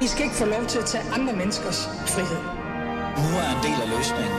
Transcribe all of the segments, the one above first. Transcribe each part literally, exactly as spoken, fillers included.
I skal ikke få lov til at tage andre menneskers frihed. Nu er en del af løsningen.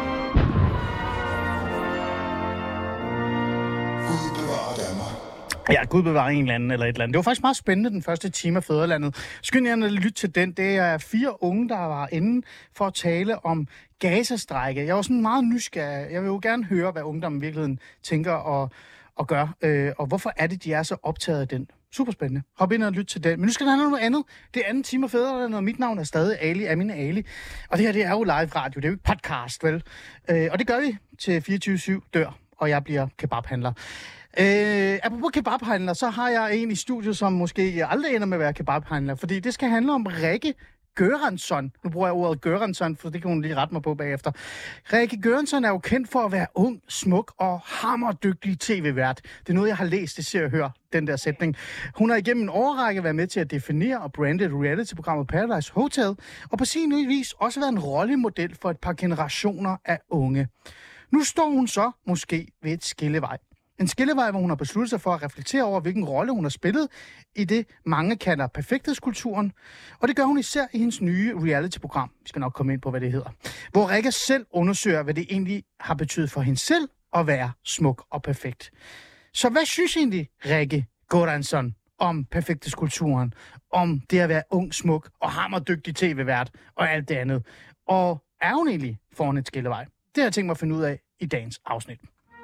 Gud bevarer Danmark. Ja, Gud bevarer en eller anden eller et eller andet. Det var faktisk meget spændende, den første time af Fædrelandet. Skynd jer at lytte til den. Det er fire unge, der var inde for at tale om Gaza-strejke. Jeg var sådan meget nysgerrig. Jeg vil jo gerne høre, hvad ungdommen i virkeligheden tænker og, og gør. Øh, og hvorfor er det, de er så optaget af den? Super spændende. Hop ind og lyt til den. Men nu skal der handle om noget andet. Det er anden time af Fædrelandet, og mit navn er stadig Ali, Amine Ali. Og det her, det er jo live radio. Det er jo ikke podcast, vel? Øh, og det gør vi til fireogtyve syv dør, og jeg bliver kebabhandler. Øh, apropos kebabhandler, så har jeg en i studiet, som måske aldrig ender med at være kebabhandler, fordi det skal handle om Rikke Göransson. Nu bruger jeg ordet Göransson, for det kan hun lige rette mig på bagefter. Rikke Göransson er jo kendt for at være ung, smuk og hammerdygtig tv-vært. Det er noget, jeg har læst, det ser og hører, den der sætning. Hun har igennem en årrække været med til at definere og brande reality-programmet Paradise Hotel, og på sin vis også været en rollemodel for et par generationer af unge. Nu står hun så måske ved et skillevej. En skillevej, hvor hun har besluttet sig for at reflektere over, hvilken rolle hun har spillet i det, mange kalder perfekthedskulturen. Og det gør hun især i hendes nye reality-program. Vi skal nok komme ind på, hvad det hedder. Hvor Rikke selv undersøger, hvad det egentlig har betydet for hende selv at være smuk og perfekt. Så hvad synes egentlig Rikke Göransson om perfekthedskulturen? Om det at være ung, smuk og hammerdygtig tv-vært og alt det andet? Og er hun egentlig foran et skillevej? Det har jeg tænkt mig at finde ud af i dagens afsnit.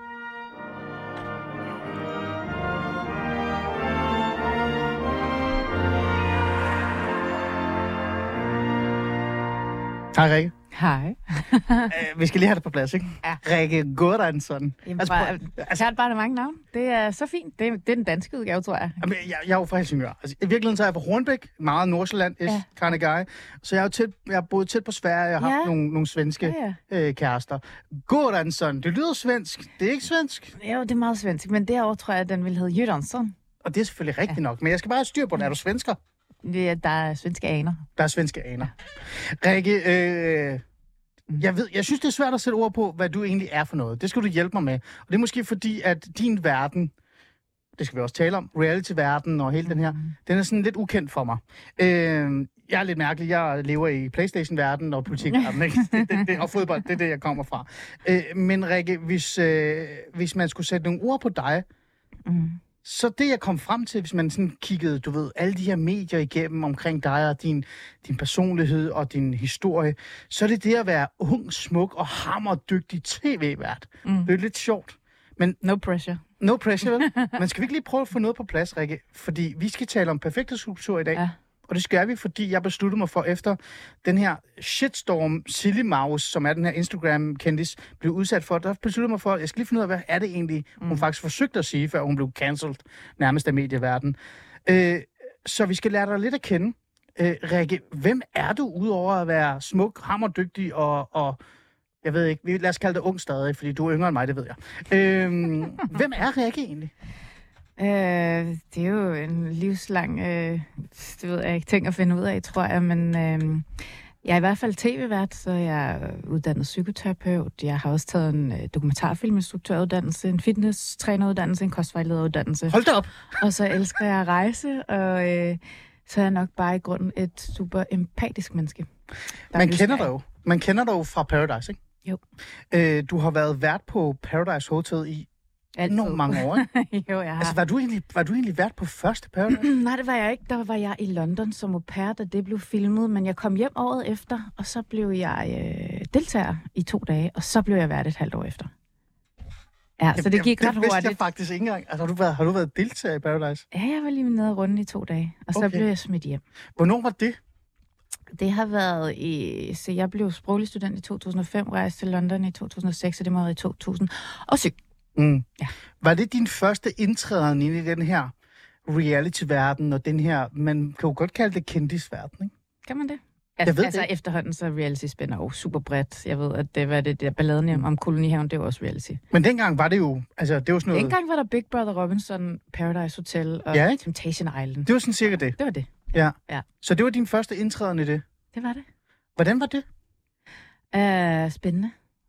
Hej, Rikke. Hej. uh, vi skal lige have det på plads, ikke? Ja. Rikke Göransson. Jamen, altså, bare, altså, jeg har bare mange navne. Det er så fint. Det er, det er den danske udgave, tror jeg. Jamen, jeg, jeg er jo fra Helsingør. Altså, i virkeligheden så er jeg fra Hornbæk, meget Nordsjælland, ja. kind of guy. Så jeg er jo tæt, jeg har boet tæt på Sverige, jeg har ja. haft nogle, nogle svenske ja, ja. Øh, kærester. Göransson, det lyder svensk. Det er ikke svensk. Jo, det er meget svensk, men derovre tror jeg, at den vil hedde Göransson. Og det er selvfølgelig rigtigt ja. nok, men jeg skal bare have styr på den. Er du svensker? Ja, der er svenske aner. Der er svenske aner. Ja. Rikke, øh, Jeg, ved, jeg synes, det er svært at sætte ord på, hvad du egentlig er for noget. Det skal du hjælpe mig med. Og det er måske fordi, at din verden, det skal vi også tale om, reality-verden og hele mm. den her, den er sådan lidt ukendt for mig. Øh, jeg er lidt mærkelig. Jeg lever i PlayStation-verden og politik-verden, ikke? Det, det, det, og fodbold, det er det, jeg kommer fra. Øh, men Rikke, hvis, øh, hvis man skulle sætte nogle ord på dig, mm. så det, jeg kom frem til, hvis man sådan kiggede, du ved, alle de her medier igennem omkring dig og din, din personlighed og din historie, så er det det at være ung, smuk og hammerdygtig tv-vært. Mm. Det er lidt sjovt. Men no pressure. No pressure, vel? Men skal vi ikke lige prøve at få noget på plads, Rikke? Fordi vi skal tale om perfekthedskultur i dag. Ja. Og det skal vi, fordi jeg besluttede mig for, efter den her shitstorm Silly Mouse, som er den her Instagram-kendis, blev udsat for, der besluttede mig for, at jeg skal lige finde ud af, hvad er det egentlig, hun mm. faktisk forsøgte at sige, før hun blev cancelled nærmest af medieverdenen. Øh, så vi skal lære dig lidt at kende. Øh, Rikke, hvem er du, udover at være smuk, hammerdygtig og, og jeg ved ikke, lad os kalde dig ung stadig, fordi du er yngre end mig, det ved jeg. Øh, hvem er Rikke egentlig? Øh, det er jo en livslang, øh, det ved jeg ikke, ting at finde ud af, tror jeg, men øh, jeg er i hvert fald tv-vært, så jeg er uddannet psykoterapeut. Jeg har også taget en øh, dokumentarfilminstruktøruddannelse, en fitnesstræneruddannelse, en kostvejlederuddannelse. Hold da op! Og så elsker jeg at rejse, og øh, så er jeg nok bare i grunden et super empatisk menneske. Man kender dig jo. Man kender dig jo fra Paradise, ikke? Jo. Øh, du har været vært på Paradise Hotel i enormt mange år. Jo, jeg har. Altså, var du egentlig, var du egentlig vært på første Paradise? Nej, det var jeg ikke. Der var jeg i London som au pair, da det blev filmet. Men jeg kom hjem året efter, og så blev jeg øh, deltager i to dage, og så blev jeg vært et halvt år efter. Ja, så det gik det, ret det hurtigt. Jeg faktisk ikke engang. Altså, har, du været, har du været deltager i Paradise? Ja, jeg var lige nede og runde i to dage, og så okay. blev jeg smidt hjem. Hvornår var det? Det har været i... Så jeg blev sproglig student i to tusind og fem, rejste til London i to tusind og seks, og det må have været i to tusind og syv. Mm. Ja. Var det din første indtræden ind i den her reality-verden, og den her, man kan jo godt kalde det kendisverden, ikke? Kan man det? Altså, jeg ved altså det. Efterhånden så reality spænder jo super bredt. Jeg ved, at det var det der balladen mm. om kolonihaven, det var også reality. Men dengang var det jo, altså det var sådan noget... Dengang var der Big Brother Robinson, Paradise Hotel og ja, Temptation Island. Det var sådan cirka det. Det var det. Ja. ja. Så det var din første indtræden i det? Det var det. Hvordan var det? Uh, spændende.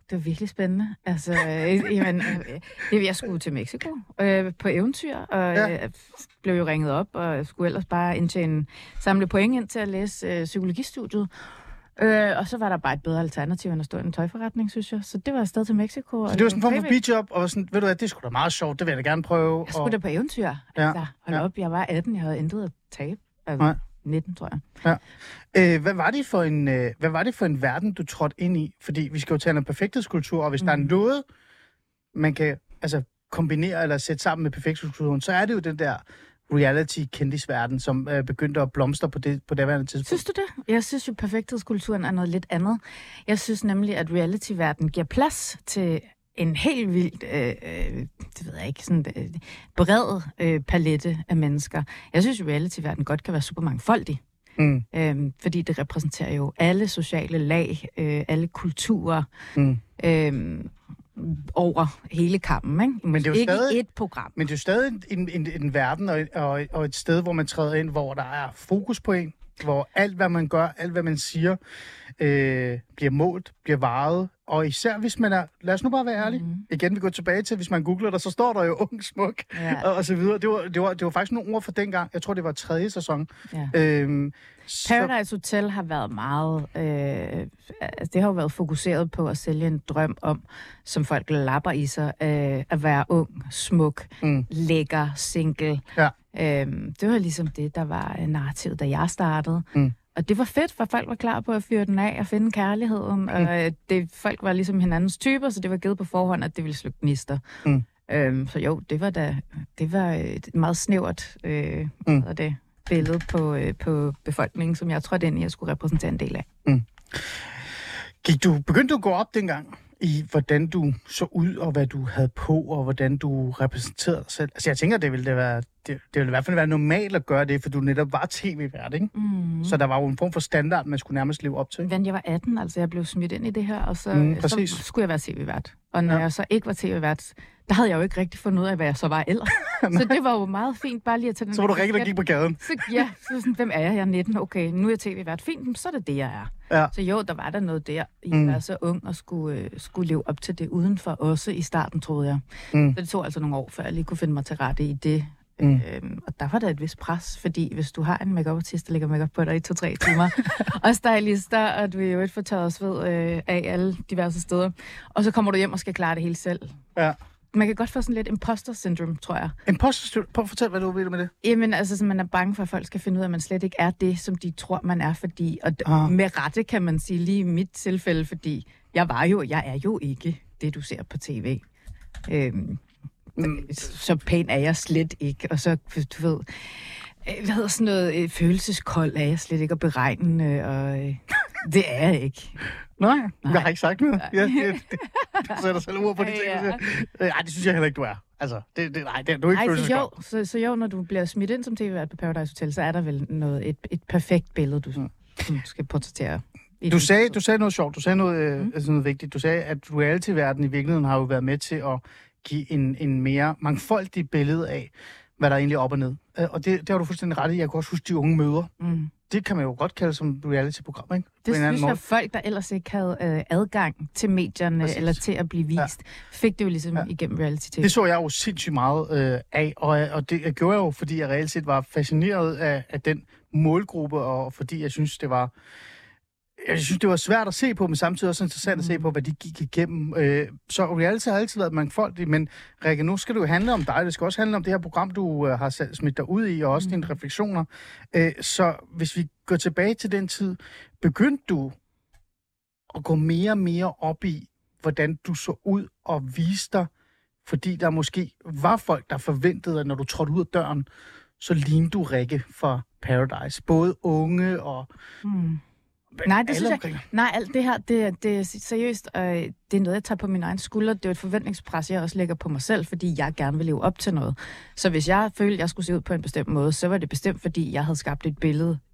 det var virkelig spændende. Altså, øh, jamen, øh, jeg skulle til Mexico øh, på eventyr, og ja. øh, blev jo ringet op, og skulle ellers bare indtjene, samle point ind til at læse øh, psykologistudiet. Øh, og så var der bare et bedre alternativ, end at stå i en tøjforretning, synes jeg. Så det var afsted til Mexico. Så det var sådan en form for beachjob, og sådan, ved du hvad, det skulle da meget sjovt, det vil jeg da gerne prøve. Jeg skulle og... da på eventyr. Ja. Altså, hold ja. op, jeg var atten, jeg havde intet at tabe. Altså, Nej. nitten, tror jeg. Ja. Øh, hvad, var det for en, øh, hvad var det for en verden, du trådte ind i? Fordi vi skal jo tale om perfekthedskultur, og hvis mm. der er noget, man kan altså, kombinere eller sætte sammen med perfekthedskulturen, så er det jo den der reality-kendisverden, som øh, begyndte at blomstre på det på daværende tidspunkt. Synes du det? Jeg synes jo, perfekthedskulturen er noget lidt andet. Jeg synes nemlig, at reality-verden giver plads til en helt vildt, øh, det ved jeg ikke, sådan øh, bred øh, palette af mennesker. Jeg synes, at reality-verden godt kan være super mangfoldig. Mm. Øhm, fordi det repræsenterer jo alle sociale lag, øh, alle kulturer, mm. øh, over hele kampen, ikke? Men det er jo ikke stadig, et program. Men det er jo stadig en, en, en verden og, og, og et sted, hvor man træder ind, hvor der er fokus på en, hvor alt, hvad man gør, alt, hvad man siger, øh, bliver målt, bliver varet. Og især hvis man er, lad os nu bare være ærlig, mm. igen, vi går tilbage til, hvis man googler der, så står der jo ung, smuk, ja. og, og så videre. Det var, det, var, det var faktisk nogle ord for dengang. Jeg tror, det var tredje sæson. Ja. Øhm, Paradise Hotel har været meget, øh, altså det har jo været fokuseret på at sælge en drøm om, som folk lapper i sig, øh, at være ung, smuk, mm. lækker, single. Ja. Øhm, det var ligesom det, der var narrativet, da jeg startede. Mm. Og det var fedt, for folk var klar på at fyre den af og finde kærligheden. Mm. Og det, folk var ligesom hinandens typer, så det var givet på forhånd, at det ville slukke gnister. Mm. Øhm, så jo, det var da det var et meget snævert øh, mm. det, billede på, øh, på befolkningen, som jeg tror, den jeg skulle repræsentere en del af. Mm. Gik du, begyndte du at gå op dengang i, hvordan du så ud, og hvad du havde på, og hvordan du repræsenterede dig selv? Altså, jeg tænker, det ville, det være, det, det ville i hvert fald være normalt at gøre det, for du netop var tv-vært, ikke? Mm. Så der var jo en form for standard, man skulle nærmest leve op til. Men jeg var atten, altså jeg blev smidt ind i det her, og så, mm, så skulle jeg være tv-vært. Og når ja. jeg så ikke var tv-vært, der havde jeg jo ikke rigtig fundet ud af, hvad jeg så var ellers. Så det var jo meget fint, bare lige at tage den. Så var du rigtig, der gik på gaden. Så, ja, så sådan, hvem er jeg? Jeg er nitten. Okay, nu er jeg tv-vært. Fint, så er det det, jeg er. Ja. Så jo, der var der noget der, i mm. at være så ung og skulle, øh, skulle leve op til det udenfor også i starten, troede jeg. Mm. Så det tog altså nogle år, før jeg lige kunne finde mig til rette i det. Mm. Øhm, og der var der et vis pres, fordi hvis du har en make-up-artist, der lægger make-up på dig i to-tre timer, og stylister, og du er jo et for tørret sved øh, af alle diverse steder, og så kommer du hjem og skal klare det hele selv. Ja. Man kan godt få sådan lidt imposter syndrome, tror jeg. Imposter syndrome? Prøv at fortælle, hvad du ved med det. Jamen, altså, så man er bange for, at folk skal finde ud af, at man slet ikke er det, som de tror, man er, fordi, og ah. med rette kan man sige lige i mit tilfælde, fordi jeg var jo, jeg er jo ikke det, du ser på tv. Øhm, mm. Så pæn er jeg slet ikke, og så, du ved, hvad hedder sådan noget, følelseskold er jeg slet ikke at beregne, og øh, det er jeg ikke. Nej, Nej, jeg har ikke sagt noget. Ja, det, det, du sætter selv ord på de ting. Ja. Nej, det synes jeg heller ikke, du er. Altså, det, det, nej, det, du er ikke følelseskold. Så jo, så, så jo, når du bliver smidt ind som tv-vært på Paradise Hotel, så er der vel noget, et, et perfekt billede, du, mm. du skal portrættere. Du sagde, du sagde noget sjovt, du sagde noget, mm. altså noget vigtigt. Du sagde, at reality-verdenen i virkeligheden har jo været med til at give en, en mere mangfoldig billede af, hvad der egentlig er op og ned. Og det, det har du fuldstændig ret i. Jeg kan også huske de unge møder. Mm. Det kan man jo godt kalde som reality-program, ikke? Det synes jeg, folk, der ellers ikke havde øh, adgang til medierne, præcis, eller til at blive vist, ja, fik det jo ligesom ja. igennem reality-tv. Det så jeg jo sindssygt meget øh, af, og, og det jeg gjorde jeg jo, fordi jeg reelt set var fascineret af, af den målgruppe, og fordi jeg synes, det var jeg synes, det var svært at se på, men samtidig også interessant mm. at se på, hvad de gik igennem. Øh, så reality har altid været mangfoldigt, men Rikke, nu skal det jo handle om dig. Det skal også handle om det her program, du øh, har smidt dig ud i, og også mm. dine refleksioner. Øh, så hvis vi går tilbage til den tid, begyndte du at gå mere og mere op i, hvordan du så ud og viste dig, fordi der måske var folk, der forventede, at når du trådte ud af døren, så lignede du Rikke fra Paradise. Både unge og... Mm. Nej, det synes jeg, nej, alt det her, det, det er seriøst, og det er noget, jeg tager på min egen skulder. Det er et forventningspres, jeg også lægger på mig selv, fordi jeg gerne vil leve op til noget. Så hvis jeg følte, jeg skulle se ud på en bestemt måde, så var det bestemt, fordi jeg havde skabt et billede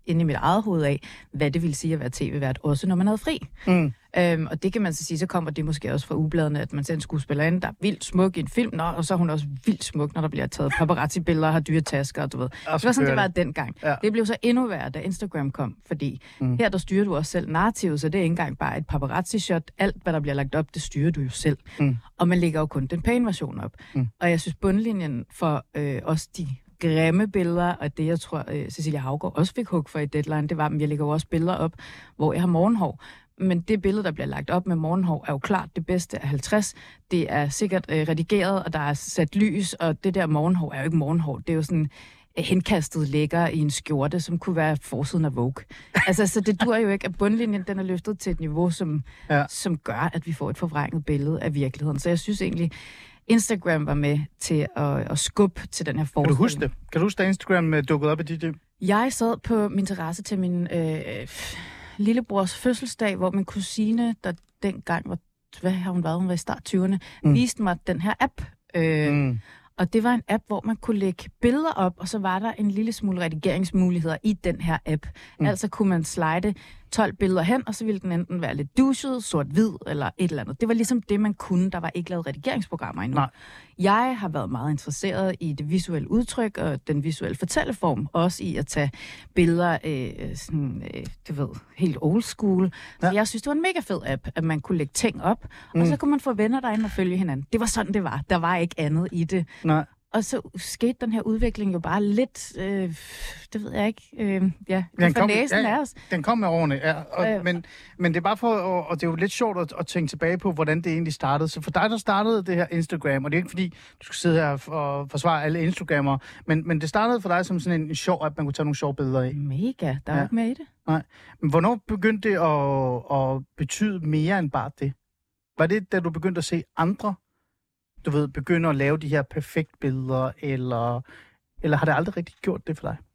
inde i mit eget hoved af, hvad det ville sige at være tv-vært, også når man havde fri. Mm. Øhm, og det kan man så sige, så kommer det måske også fra ugebladene, at man ser en skuespillerinde, der er vildt smuk i en film, nå, og så er hun også vildt smuk, når der bliver taget paparazzi-billeder og har dyre tasker, og du ved. Det var sådan, det var dengang. Ja. Det blev så endnu værre, da Instagram kom, fordi mm. her der styrer du også selv narrativet, så det er ikke engang bare et paparazzi-shot. Alt, hvad der bliver lagt op, det styrer du jo selv. Mm. Og man lægger jo kun den pæne version op. Mm. Og jeg synes, bundlinjen for øh, også de grimme billeder, og det, jeg tror, øh, Cecilia Haugaard også fik hug for i Deadline, det var, at jeg lægger jo også billeder op, hvor jeg har morgenhår. Men det billede, der bliver lagt op med morgenhår, er jo klart det bedste af halvtreds. Det er sikkert øh, redigeret, og der er sat lys, og det der morgenhår er jo ikke morgenhår. Det er jo sådan øh, henkastet lækker i en skjorte, som kunne være forsiden af Vogue. Altså, så det dur jo ikke, at bundlinjen den er løftet til et niveau, som, ja. som gør, at vi får et forvrænget billede af virkeligheden. Så jeg synes egentlig, Instagram var med til at, at skubbe til den her forestilling. Kan du huske det? Kan du huske, da Instagram dukkede op i dit liv? Jeg sad på min terrasse til min øh, lillebrors fødselsdag, hvor min kusine, der dengang var, hvad har hun været, hun var i start tyverne, mm. viste mig den her app. Øh, mm. Og det var en app, hvor man kunne lægge billeder op, og så var der en lille smule redigeringsmuligheder i den her app. Mm. Altså kunne man slide tolv billeder hen, og så ville den enten være lidt duset, sort-hvid eller et eller andet. Det var ligesom det, man kunne. Der var ikke lavet redigeringsprogrammer endnu. Nej. Jeg har været meget interesseret i det visuelle udtryk og den visuelle fortælleform, også i at tage billeder øh, sådan, øh, du ved, helt old school. Så ja. jeg synes, det var en mega fed app, at man kunne lægge ting op, mm. og så kunne man få venner derinde og følge hinanden. Det var sådan, det var. Der var ikke andet i det. Nej. Og så skete den her udvikling jo bare lidt, øh, det ved jeg ikke, øh, ja, den kom, næsen ja, af os. Den kom med årene, ja. Og, øh, men, men det er bare for, og, og det er jo lidt sjovt at, at tænke tilbage på, hvordan det egentlig startede. Så for dig, der startede det her Instagram, og det er ikke fordi, du skal sidde her og forsvare alle Instagrammer, men, men det startede for dig som sådan en, en sjov app, man kunne tage nogle sjove billeder i. Mega, der er ja. ikke mere i det. Nej, men hvornår begyndte det at, at betyde mere end bare det? Var det, da du begyndte at se andre du ved, begynder at lave de her perfekt billeder, eller, eller har det aldrig rigtig gjort det for dig?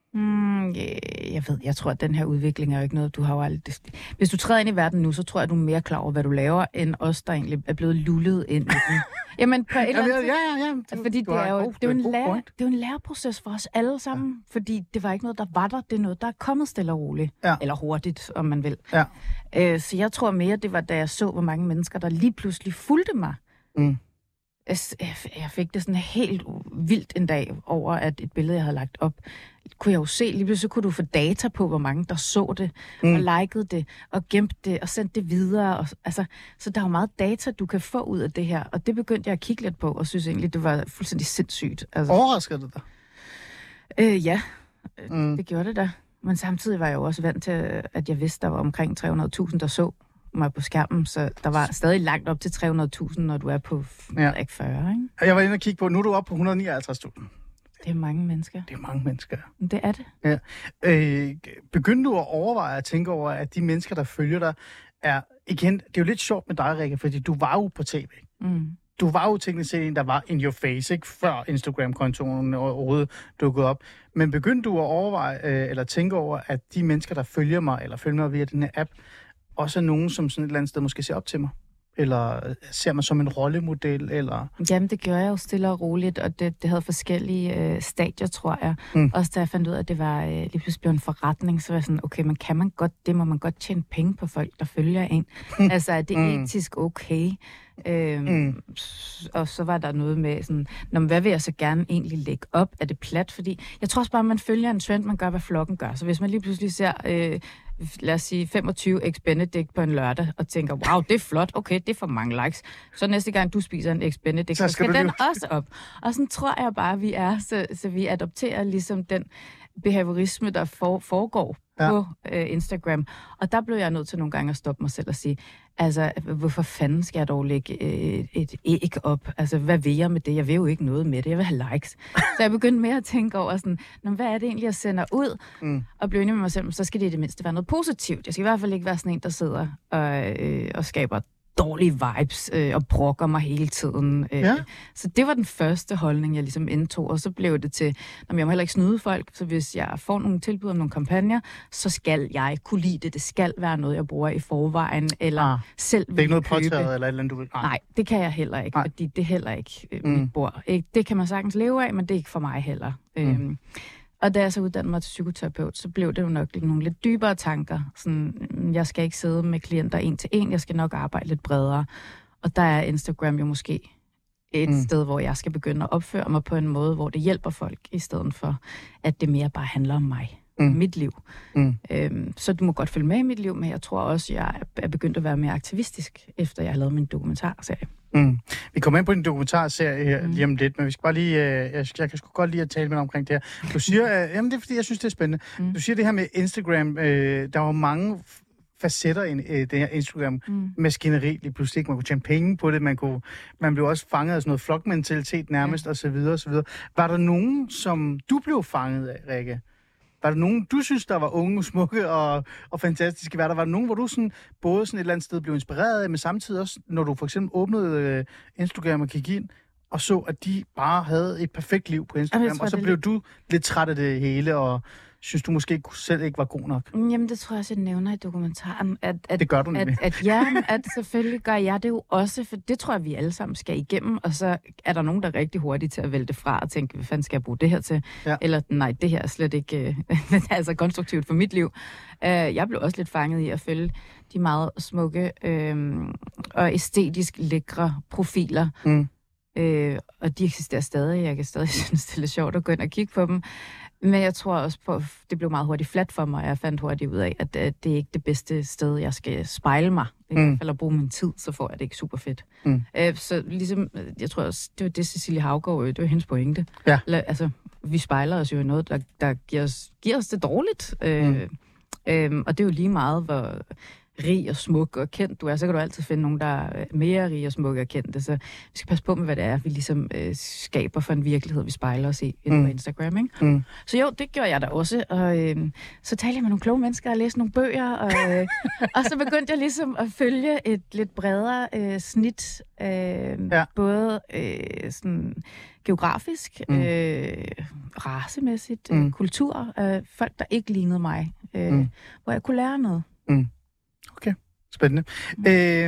Mm, jeg ved, jeg tror, at den her udvikling er jo ikke noget, du har jo aldrig... Hvis du træder ind i verden nu, så tror jeg, at du er mere klar over, hvad du laver, end os, der egentlig er blevet lullet ind i den. Jamen, på et eller andet... Ja, ja, ja. Du, fordi det er, jo, god, det, er jo en lære, det er jo en læreproces for os alle sammen, ja. fordi det var ikke noget, der var der. Det er noget, der er kommet stille og roligt. Ja. Eller hurtigt, om man vil. Ja. Øh, så jeg tror mere, det var, da jeg så, hvor mange mennesker, der lige pludselig fulgte mig. Mm. Jeg fik det sådan helt vildt en dag over, at et billede, jeg havde lagt op, kunne jeg jo se, lige pludselig kunne du få data på, hvor mange der så det, mm. og likede det, og gemte det, og sendte det videre. Og, altså, så der er jo meget data, du kan få ud af det her, og det begyndte jeg at kigge lidt på, og synes egentlig, det var fuldstændig sindssygt. Altså, overraskede det dig? Øh, ja, mm. det gjorde det da. Men samtidig var jeg jo også vant til, at jeg vidste, der var omkring tre hundrede tusind, der så mig på skærmen, så der var stadig langt op til tre hundrede tusind, når du er på ja. ikke fyrre, ikke? Jeg var inde og kigge på, nu er du oppe på et hundrede og nioghalvtreds tusind. Det er mange mennesker. Det er mange mennesker. Det er det. Ja. Øh, begyndte du at overveje at tænke over, at de mennesker, der følger dig, er igen, det er jo lidt sjovt med dig, Rikke, fordi du var jo på tv. Mm. Du var jo teknisk set en, der var in your face, ikke? Før Instagram-kontoen overhovedet dukkede op. Men begyndte du at overveje, øh, eller tænke over, at de mennesker, der følger mig, eller følger mig via den her app, også er nogen, som sådan et eller andet sted måske ser op til mig? Eller ser man som en rollemodel? Eller? Jamen, det gør jeg jo stille og roligt, og det, det havde forskellige øh, stadier, tror jeg. Mm. Også da jeg fandt ud af, at det var øh, lige pludselig blev en forretning, så var jeg sådan, okay, men kan man godt det? Må man godt tjene penge på folk, der følger en? Mm. Altså, er det mm. etisk okay? Øhm, mm. Og så var der noget med sådan, Nå, hvad vil jeg så gerne egentlig lægge op? Er det plat? Fordi jeg tror også bare, man følger en trend, man gør, hvad flokken gør. Så hvis man lige pludselig ser, øh, lad os sige, femogtyve Eggs Benedict på en lørdag, og tænker, wow, det er flot, okay, det er for mange likes. Så næste gang, du spiser en Eggs Benedict, så skal, så skal den lige også op. Og sådan tror jeg bare, vi er, så, så vi adopterer ligesom den behaviorisme, der for, foregår ja. på øh, Instagram. Og der blev jeg nødt til nogle gange at stoppe mig selv og sige, altså, hvorfor fanden skal jeg dog lægge øh, et æg op? Altså, hvad vil jeg med det? Jeg vil jo ikke noget med det. Jeg vil have likes. Så jeg begyndte mere at tænke over sådan, hvad er det egentlig, jeg sender ud? Mm. Og blev enig med mig selv, så skal det i det mindste være noget positivt. Jeg skal i hvert fald ikke være sådan en, der sidder og, øh, og skaber dårlige vibes øh, og brokker mig hele tiden. Øh. Ja. Så det var den første holdning, jeg ligesom indtog, og så blev det til, at jeg må heller ikke snyde folk, så hvis jeg får nogle tilbud om nogle kampagner, så skal jeg kunne lide det. Det skal være noget, jeg bruger i forvejen, eller ah. selv vil det er ikke noget påtaget, eller et eller andet, du vil? Nej. Nej, det kan jeg heller ikke, Nej. fordi det er heller ikke øh, mm. mit bord. Ikke? Det kan man sagtens leve af, men det er ikke for mig heller. Mm. Øhm, Og da jeg så uddannede mig til psykoterapeut, så blev det jo nok nogle lidt dybere tanker. Sådan, jeg skal ikke sidde med klienter en til en, jeg skal nok arbejde lidt bredere. Og der er Instagram jo måske et mm. sted, hvor jeg skal begynde at opføre mig på en måde, hvor det hjælper folk, i stedet for, at det mere bare handler om mig. Mm. Mit liv. Mm. Øhm, så du må godt følge med i mit liv, men jeg tror også, jeg er begyndt at være mere aktivistisk, efter jeg har lavet min dokumentarserie. Mm. Vi kommer ind på din dokumentarserie her mm. lige om lidt, men vi skal bare lige, øh, jeg, jeg kan sgu godt lide at tale med dig omkring det her. Du siger, øh, jamen det er fordi, jeg synes, det er spændende. Mm. Du siger det her med Instagram, øh, der var mange facetter i øh, det her Instagram-maskineri, lige pludselig. Man kunne tjene penge på det, man, kunne, man blev også fanget af sådan noget flokmentalitet nærmest, ja. og så videre, og så videre. Var der nogen, som du blev fanget af, Rikke? Var der nogen, du synes, der var unge, smukke og, og fantastiske? Var der, var der nogen, hvor du sådan, både sådan et eller andet sted blev inspireret af, men samtidig også, når du for eksempel åbnede øh, Instagram og gik ind, og så, at de bare havde et perfekt liv på Instagram, Jamen, og så blev lidt... du lidt træt af det hele, og synes du måske selv ikke var god nok? Jamen, det tror jeg også, jeg nævner i dokumentaren. At, at, det gør du nemlig. At, at, ja, at selvfølgelig gør jeg det jo også, for det tror jeg, vi alle sammen skal igennem, og så er der nogen, der er rigtig hurtigt til at vælge det fra og tænke, hvad fanden skal jeg bruge det her til? Ja. Eller nej, det her er slet ikke uh, altså konstruktivt for mit liv. Uh, jeg blev også lidt fanget i at følge de meget smukke uh, og æstetisk lækre profiler. Mm. Uh, og de eksisterer stadig. Jeg kan stadig synes, det er lidt sjovt at gå ind og kigge på dem. Men jeg tror også på, det blev meget hurtigt flat for mig, og jeg fandt hurtigt ud af, at det er ikke det bedste sted, jeg skal spejle mig. I hvert fald at bruge min tid, så får jeg det ikke super fedt. Mm. Øh, så ligesom, jeg tror også, det var det, Cecilie Havgaard, det var hendes pointe. Ja. Altså, vi spejler os jo i noget, der, der giver, os, giver os det dårligt. Øh, mm. øh, og det er jo lige meget, hvor rig og smuk og kendt du er, så kan du altid finde nogen, der er mere rig og smuk og kendte. Så vi skal passe på med, hvad det er, vi ligesom øh, skaber for en virkelighed, vi spejler os i mm. på Instagram, ikke? Mm. Så jo, det gjorde jeg da også. Og øh, så talte jeg med nogle kloge mennesker og læste nogle bøger, og, øh, og så begyndte jeg ligesom at følge et lidt bredere øh, snit, øh, ja. både øh, sådan geografisk, mm. øh, racemæssigt, mm. øh, kultur, øh, folk, der ikke lignede mig, øh, mm. hvor jeg kunne lære noget. Mm. Okay, spændende. Mm.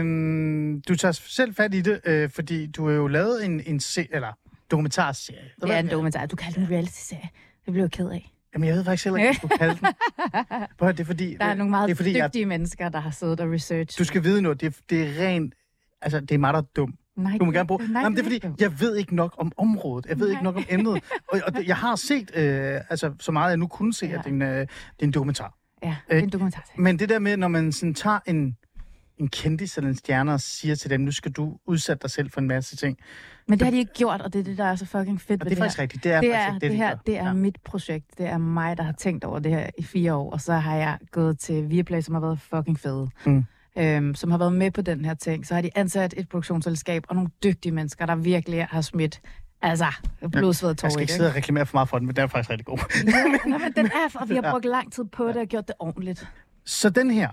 Øhm, du tager selv fat i det, øh, fordi du har jo lavet en, en se- eller dokumentarserie. Ja, en dokumentar. Du kalder den en reality-serie. Det blev jeg ked af. Jamen, jeg ved faktisk heller ikke, hvad du kalder den. Prøv, det er fordi, der er nogle meget det er fordi, dygtige jeg, mennesker, der har siddet og researchet. Du skal vide noget. Det er, det er rent... Altså, det er mig, der er dum. Nej, du må gerne bruge... Nej, Jamen, det er fordi, jeg ved ikke nok om området. Jeg ved nej. ikke nok om emnet. Og, og det, jeg har set øh, altså, så meget, jeg nu kunne se, ja. at det er en, øh, det er en dokumentar. Ja, det er en dokumentar. Men det der med, når man sådan tager en, en kendis eller en stjerne og siger til dem, nu skal du udsætte dig selv for en masse ting. Men det har de ikke gjort, og det er det, der er så fucking fedt og ved det er faktisk her. rigtigt. Det er, det faktisk er, det, det, de her, gør. det er ja. mit projekt. Det er mig, der har tænkt over det her i fire år, og så har jeg gået til Viaplay, som har været fucking fede. Mm. Øhm, som har været med på den her ting. Så har de ansat et produktionsselskab og nogle dygtige mennesker, der virkelig har smidt altså, blodsved tår. Jeg skal ikke sidde og reklamere for meget for den, men den er faktisk rigtig god. Ja, men, men den er, og vi har brugt lang tid på det og gjort det ordentligt. Så den her,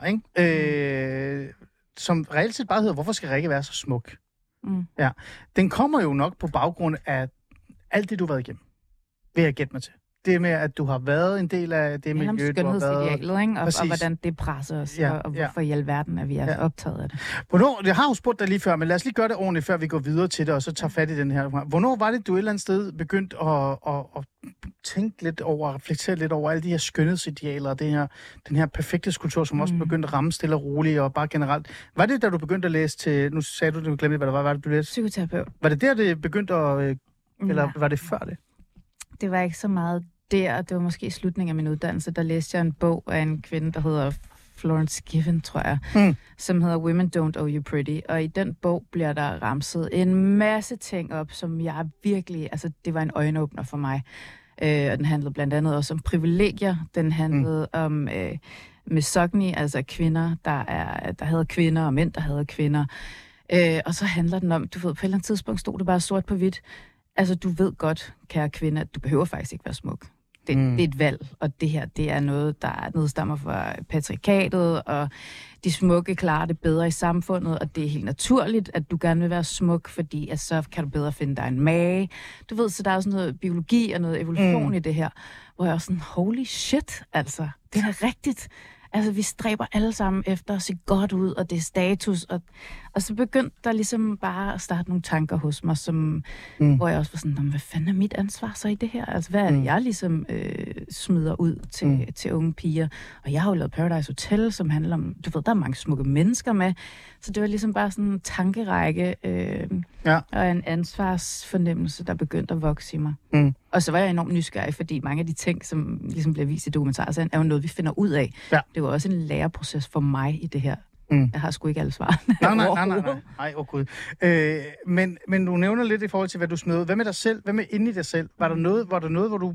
ikke? Øh, som reelt set bare hedder, hvorfor skal Rikke være så smuk? Mm. Ja. Den kommer jo nok på baggrund af alt det, du har været igennem. Vil jeg gætte mig til. Det med, at du har været en del af det miljø, du har været... skønhedsidealet, ikke? Og, og hvordan det presser os, ja, og, og hvorfor ja. i alverden er vi er ja. optaget af det. Hvornår, jeg har jo spurgt dig lige før, men lad os lige gøre det ordentligt, før vi går videre til det, og så tager fat i den her. Hvornår var det, du et eller andet sted begyndte at, at, at tænke lidt over, reflektere lidt over alle de her skønhedsidealer, og det her, den her perfekte skulptur, som mm. også begyndte at ramme stille og roligt, og bare generelt. Var det, da du begyndte at læse til... Nu sagde du, du glemte, hvad det var. Var det, du læste? Psykoterapeut. Var det der, det begyndte at... Eller ja. var det før det? Det var ikke så meget der. Det var måske i slutningen af min uddannelse, der læste jeg en bog af en kvinde, der hedder Florence Given, tror jeg, mm. som hedder Women Don't Owe You Pretty. Og i den bog bliver der ramset en masse ting op, som jeg virkelig... Altså, det var en øjenåbner for mig. Øh, og den handlede blandt andet også om privilegier. Den handlede mm. om øh, misogyny, altså kvinder, der, er, der havde kvinder, og mænd, der havde kvinder. Øh, og så handler den om, du ved, på et eller andet tidspunkt stod det bare sort på hvidt. Altså, du ved godt, kære kvinde, at du behøver faktisk ikke være smuk. Det, mm. det er et valg, og det her, det er noget, der nedstammer fra patriarkatet, og de smukke klarer det bedre i samfundet, og det er helt naturligt, at du gerne vil være smuk, fordi at så kan du bedre finde dig en mage. Du ved, så der er sådan noget biologi og noget evolution mm. i det her, hvor jeg er sådan, holy shit, altså, det er rigtigt. Altså, vi stræber alle sammen efter at se godt ud, og det er status. Og, og så begyndte der ligesom bare at starte nogle tanker hos mig, som, mm. hvor jeg også var sådan, hvad fanden er mit ansvar så i det her? Altså, hvad er det, mm. jeg ligesom øh, smider ud til, mm. til unge piger? Og jeg har jo lavet Paradise Hotel, som handler om, du ved, der er mange smukke mennesker med. Så det var ligesom bare sådan en tankerække øh, ja. og en ansvarsfornemmelse, der begyndte at vokse i mig. Mm. Og så var jeg enormt nysgerrig, fordi mange af de ting, som ligesom bliver vist i dokumentarserien, er jo noget, vi finder ud af. Ja. Det var også en læreproces for mig i det her. Mm. Jeg har sgu ikke alle svarene. Nej, nej, nej, nej, nej. Ej, åh gud. Øh, men, men du nævner lidt i forhold til, hvad du smed ud. Hvad med dig selv? Hvad med inde i dig selv? Var der noget, var der noget hvor, du,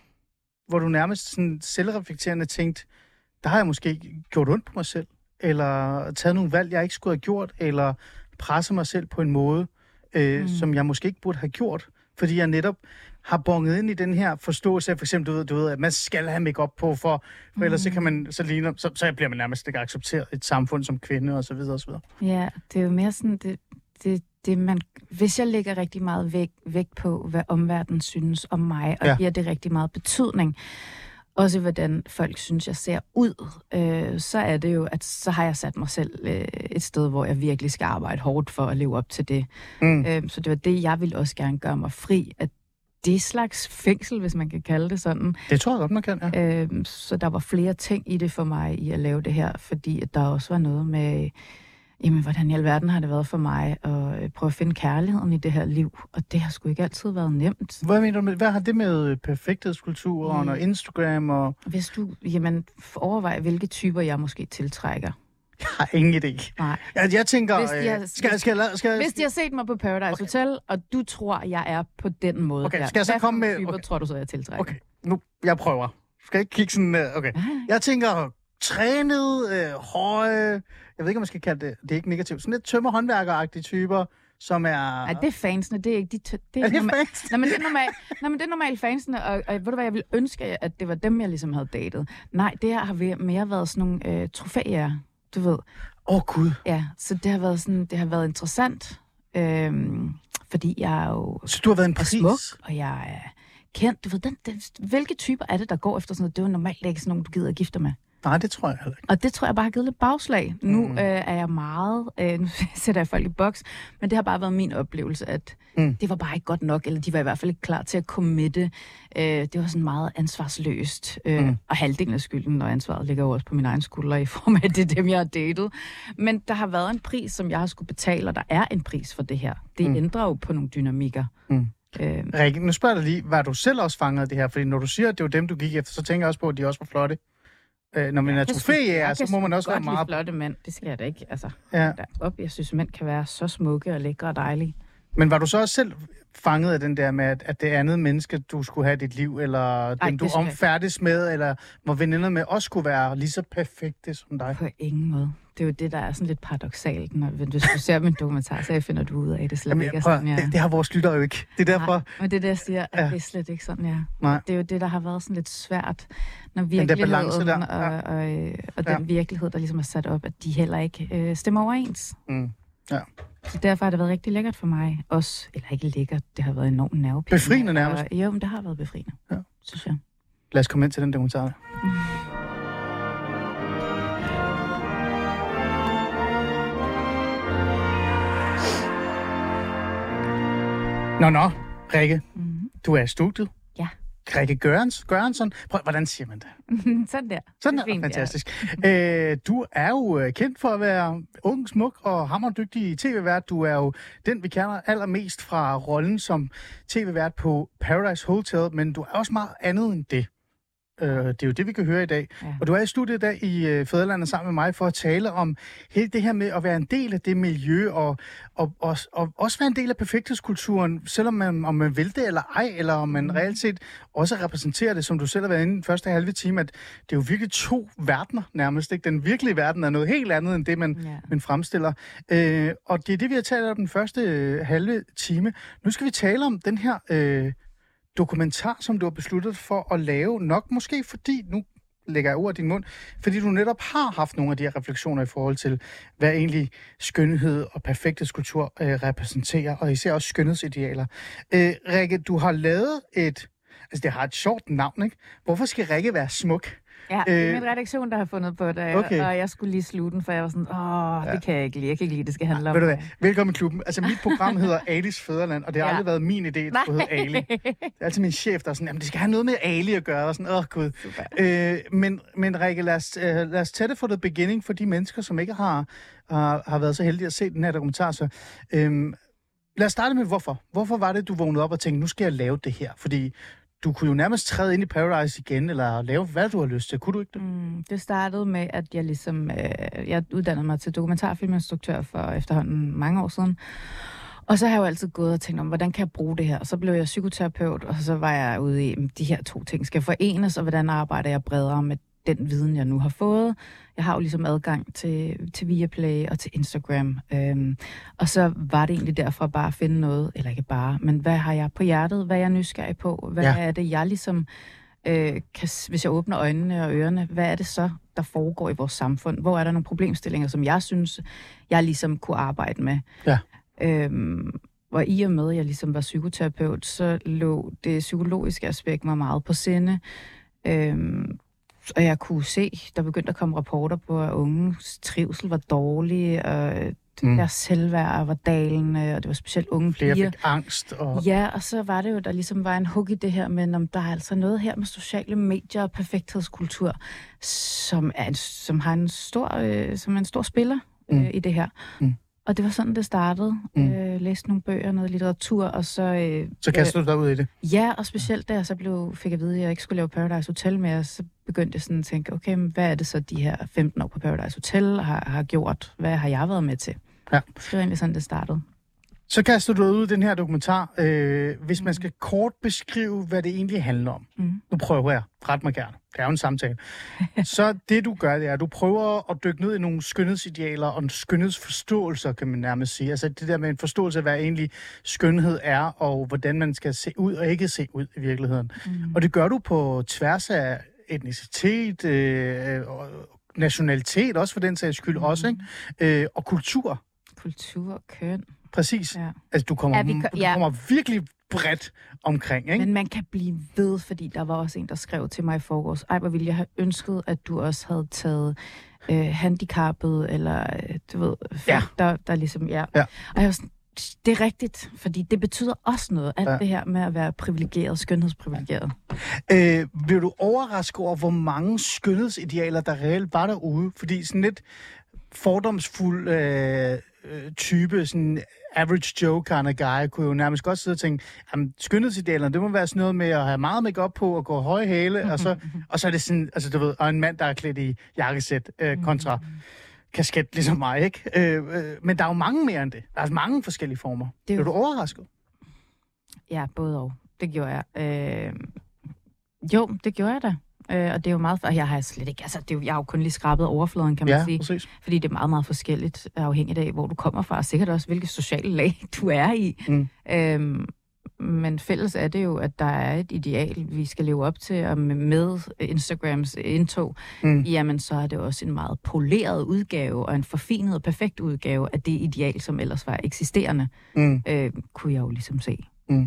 hvor du nærmest sådan selvreflekterende tænkte, der har jeg måske gjort ondt på mig selv? Eller taget nogle valg, jeg ikke skulle have gjort? Eller presset mig selv på en måde, øh, mm. som jeg måske ikke burde have gjort? Fordi jeg netop har bonget ind i den her forståelse af, for eksempel, du ved, du ved at man skal have make-up på, for, for mm. ellers så kan man, så ligner, så, så bliver man nærmest ikke accepteret i et samfund som kvinde, og så videre, og så videre. Ja, det er jo mere sådan, det, det, det man, hvis jeg lægger rigtig meget vægt, vægt på, hvad omverdenen synes om mig, og ja. giver det rigtig meget betydning, også hvordan folk synes, jeg ser ud, øh, så er det jo, at så har jeg sat mig selv øh, et sted, hvor jeg virkelig skal arbejde hårdt for at leve op til det. Mm. Øh, så det var det, jeg ville også gerne gøre mig fri, at det er slags fængsel, hvis man kan kalde det sådan. Det tror jeg godt, man kan, ja. Øh, så der var flere ting i det for mig, i at lave det her, fordi at der også var noget med, jamen, hvordan i alverden har det været for mig at prøve at finde kærligheden i det her liv, og det har sgu ikke altid været nemt. Hvad mener du med, hvad har det med perfekthedskulturen mm. og Instagram og... Hvis du, jamen, overvej, hvilke typer jeg måske tiltrækker. Jeg har ingen idé. Nej. Jeg, jeg tænker... Hvis de, har, øh, skal, skal, skal, skal, hvis de har set mig på Paradise okay. Hotel, og du tror, jeg er på den måde okay, der, skal jeg så komme med... typer okay. tror du så, jeg tiltrækker? Okay, nu, jeg prøver. Skal jeg ikke kigge sådan... Uh, okay. Jeg tænker, trænet, øh, høje... Jeg ved ikke, om man skal kalde det... Det er ikke negativt. Sådan lidt tømmerhåndværker-agtige typer, som er... Nej, det er fansene, det er ikke de... Tø- det er, er det norma- fansene? Nej, men det er normalt, nej, men det er normalt fansene, og, og ved du hvad, jeg ville ønske, at det var dem, jeg ligesom havde datet. Nej, det her har mere været sådan nogle øh, trofæer, du ved. Åh, oh, Gud. Ja, så det har været sådan, det har været interessant, øhm, fordi jeg er jo... Så du har været en pris? Smuk, og jeg er kendt. Du ved, den, den, hvilke typer er det, der går efter sådan noget? Det er jo normalt ikke sådan nogen, du gider at gifte med. Nej, det tror jeg heller ikke. Og det tror jeg bare har givet lidt bagslag. Nu mm. øh, er jeg meget... Øh, nu sætter jeg folk i boks, men det har bare været min oplevelse, at mm. det var bare ikke godt nok, eller de var i hvert fald ikke klar til at committe. Øh, det var sådan meget ansvarsløst. Øh, mm. Og halvdelen af skylden, og ansvaret ligger jo også på min egen skulder i form af det, dem jeg har datet. Men der har været en pris, som jeg har skulle betale, og der er en pris for det her. Det mm. ændrer jo på nogle dynamikker. Mm. Øh. Rikke, nu spørger jeg dig lige, var du selv også fanget af det her? Fordi når du siger, at det var dem, du gik efter, så tænker jeg også på, at de også var flotte. Øh, når man er trofæjæger, så må man også være meget... Jeg kan flotte mænd, det skal jeg da ikke. Altså, ja. Op, jeg synes, mænd kan være så smukke og lækre og dejlige. Men var du så også selv fanget af den der med, at, at det andet menneske, du skulle have i dit liv, eller Ej, dem, du omfærdes med, eller hvor veninder med, også skulle være lige så perfekte som dig? På ingen måde. Det er jo det, der er sådan lidt paradoksalt, når hvis du ser min dokumentar, så finder du ud af, at det slet Jamen, ikke er sådan, ja. det, det har vores lyttere jo ikke. Det er derfor... Nej, men det er det, jeg siger, at ja. det er slet ikke sådan, ja. Nej. Det er jo det, der har været sådan lidt svært, når virkeligheden der der. Og, og, og, og den ja. virkelighed, der ligesom er sat op, at de heller ikke øh, stemmer overens. Mm. Ja. Så derfor har det været rigtig lækkert for mig også. Eller ikke lækkert, det har været enormt nervepirrende. Befriende nærmest? Og, jo, men det har været befriende, ja. synes jeg. Lad os komme ind til den dokumentar. Mm. Nå, nå, Rikke, mm-hmm. du er i studiet. Ja. Rikke Gørens, Gørensson. Prøv, hvordan siger man det? Sådan der. Sådan der, fint, fantastisk. Ja. Æ, du er jo kendt for at være ung, smuk og hammerdygtig tv-vært. Du er jo den, vi kender allermest fra rollen som tv-vært på Paradise Hotel, men du er også meget andet end det. Uh, det er jo det, vi kan høre i dag. Ja. Og du er i studiet i dag i uh, Fædrelandet sammen med mig for at tale om hele det her med at være en del af det miljø, og, og, og, og også være en del af perfekthedskulturen, selvom man, om man vil det eller ej, eller om man mm. reelt set også repræsenterer det, som du selv har været inde i den første halve time, at det er jo virkelig to verdener nærmest. Ikke? Den virkelige verden er noget helt andet, end det, man, ja. man fremstiller. Uh, og det er det, vi har talt om den første uh, halve time. Nu skal vi tale om den her... Uh, dokumentar, som du har besluttet for at lave, nok måske fordi, nu lægger jeg ord i din mund, fordi du netop har haft nogle af de her refleksioner i forhold til, hvad egentlig skønhed og perfekthedskultur øh, repræsenterer, og især også skønhedsidealer. Øh, Rikke, du har lavet et, altså det har et sjovt navn, ikke? Hvorfor skal Rikke være smuk? Ja, det er min redaktion, der har fundet på det, okay. og jeg skulle lige slutte den, for jeg var sådan, åh, ja. det kan jeg ikke lide. Jeg kan ikke lide, det skal handle om. Ved du hvad? Velkommen i klubben. Altså, mit program hedder Alis Fædreland, og det har ja. aldrig været min idé, at det skulle hedde Ali. Det er altid min chef, der er sådan, jamen, det skal have noget med Ali at gøre, og sådan, åh, oh, gud. Øh, men, men Rikke, lad os, uh, lad os tage det for the beginning for de mennesker, som ikke har, har, har været så heldige at se den her dokumentar. Så, øhm, lad os starte med, hvorfor. Hvorfor var det, du vågnede op og tænkte, nu skal jeg lave det her? Fordi du kunne jo nærmest træde ind i Paradise igen, eller lave, hvad du har lyst til. Kunne du ikke det? Mm, det startede med, at jeg ligesom... Øh, jeg uddannede mig til dokumentarfilminstruktør for efterhånden mange år siden. Og så har jeg jo altid gået og tænkt om, hvordan kan jeg bruge det her? Og så blev jeg psykoterapeut, og så var jeg ude i, de her to ting skal forenes, og hvordan arbejder jeg bredere med den viden, jeg nu har fået. Jeg har jo ligesom adgang til, til Viaplay og til Instagram. Øhm, og så var det egentlig derfor bare at finde noget, eller ikke bare, men hvad har jeg på hjertet? Hvad er jeg nysgerrig på? Hvad ja. er det, jeg ligesom, øh, kan, hvis jeg åbner øjnene og ørerne, hvad er det så, der foregår i vores samfund? Hvor er der nogle problemstillinger, som jeg synes, jeg ligesom kunne arbejde med? Ja. Øhm, og i og med, at jeg ligesom var psykoterapeut, så lå det psykologiske aspekt mig meget på sinde. Øhm, Og jeg kunne se, der begyndte at komme rapporter på, at unges trivsel var dårlig, og mm. deres selvværd var dalende, og det var specielt unge piger. Flere fik angst. Og... Ja, og så var det jo, der ligesom var en hug i det her, men om der er altså noget her med sociale medier og perfekthedskultur, som, er en, som har en stor, øh, som er en stor spiller øh, mm. i det her. Mm. Og det var sådan, det startede. Mm. Øh, læste nogle bøger, noget litteratur, og så... Øh, så kastede øh, du dig ud i det? Ja, og specielt da jeg så blev, fik at vide, at jeg ikke skulle lave Paradise Hotel mere, så begyndte jeg sådan at tænke, okay, men hvad er det så, de her femten år på Paradise Hotel har, har gjort? Hvad har jeg været med til? Ja. Det var egentlig sådan, det startede. Så kaster du ud i den her dokumentar. Øh, hvis man skal kort beskrive, hvad det egentlig handler om. Mm. Nu prøver jeg. Ret mig gerne. Det er jo en samtale. Så det, du gør, det er, at du prøver at dykke ned i nogle skønhedsidealer og en skønhedsforståelser, kan man nærmest sige. Altså det der med en forståelse af, hvad egentlig skønhed er, og hvordan man skal se ud og ikke se ud i virkeligheden. Mm. Og det gør du på tværs af etnicitet, øh, nationalitet, også for den sags skyld mm. også, ikke? Øh, og kultur. Kultur og køn. Præcis. Ja. Altså, du kommer, ja, vi, du ja. kommer virkelig bredt omkring, ikke? Men man kan blive ved, fordi der var også en, der skrev til mig i forgårs, ej, hvor ville jeg have ønsket, at du også havde taget øh, handicappet, eller du ved, ja. der, der ligesom, ja. ja. Og jeg var sådan, det er rigtigt, fordi det betyder også noget, alt ja. det her med at være privilegeret, skønhedsprivilegeret. Øh, blev du overrasket over, hvor mange skønhedsidealer, der reelt var derude? Fordi sådan lidt fordomsfuld øh, type, sådan average Joe kind of guy, kunne jo nærmest godt sidde og tænke, jamen, skønhedsidealerne, det må være sådan noget med at have meget make-up på og gå høje hæle, og, så, og så er det sådan, altså du ved, og en mand, der er klædt i jakkesæt øh, kontra kasket, ligesom mig, ikke? Øh, øh, men der er jo mange mere end det. Der er mange forskellige former. Det er jo... du overrasket? Ja, både og. Det gjorde jeg. Øh... Jo, det gjorde jeg da. Øh, og det er jo meget... Og jeg har slet ikke... Altså, det er jo, jeg har jo kun lige skrabet overfladen, kan man ja, sige. Præcis. Fordi det er meget, meget forskelligt, afhængigt af, hvor du kommer fra, og sikkert også, hvilke sociale lag du er i. Mm. Øhm, men fælles er det jo, at der er et ideal, vi skal leve op til, og med Instagrams indtog, mm. jamen så er det også en meget poleret udgave, og en forfinet og perfekt udgave af det ideal, som ellers var eksisterende, mm. øh, kunne jeg jo ligesom se. Mm.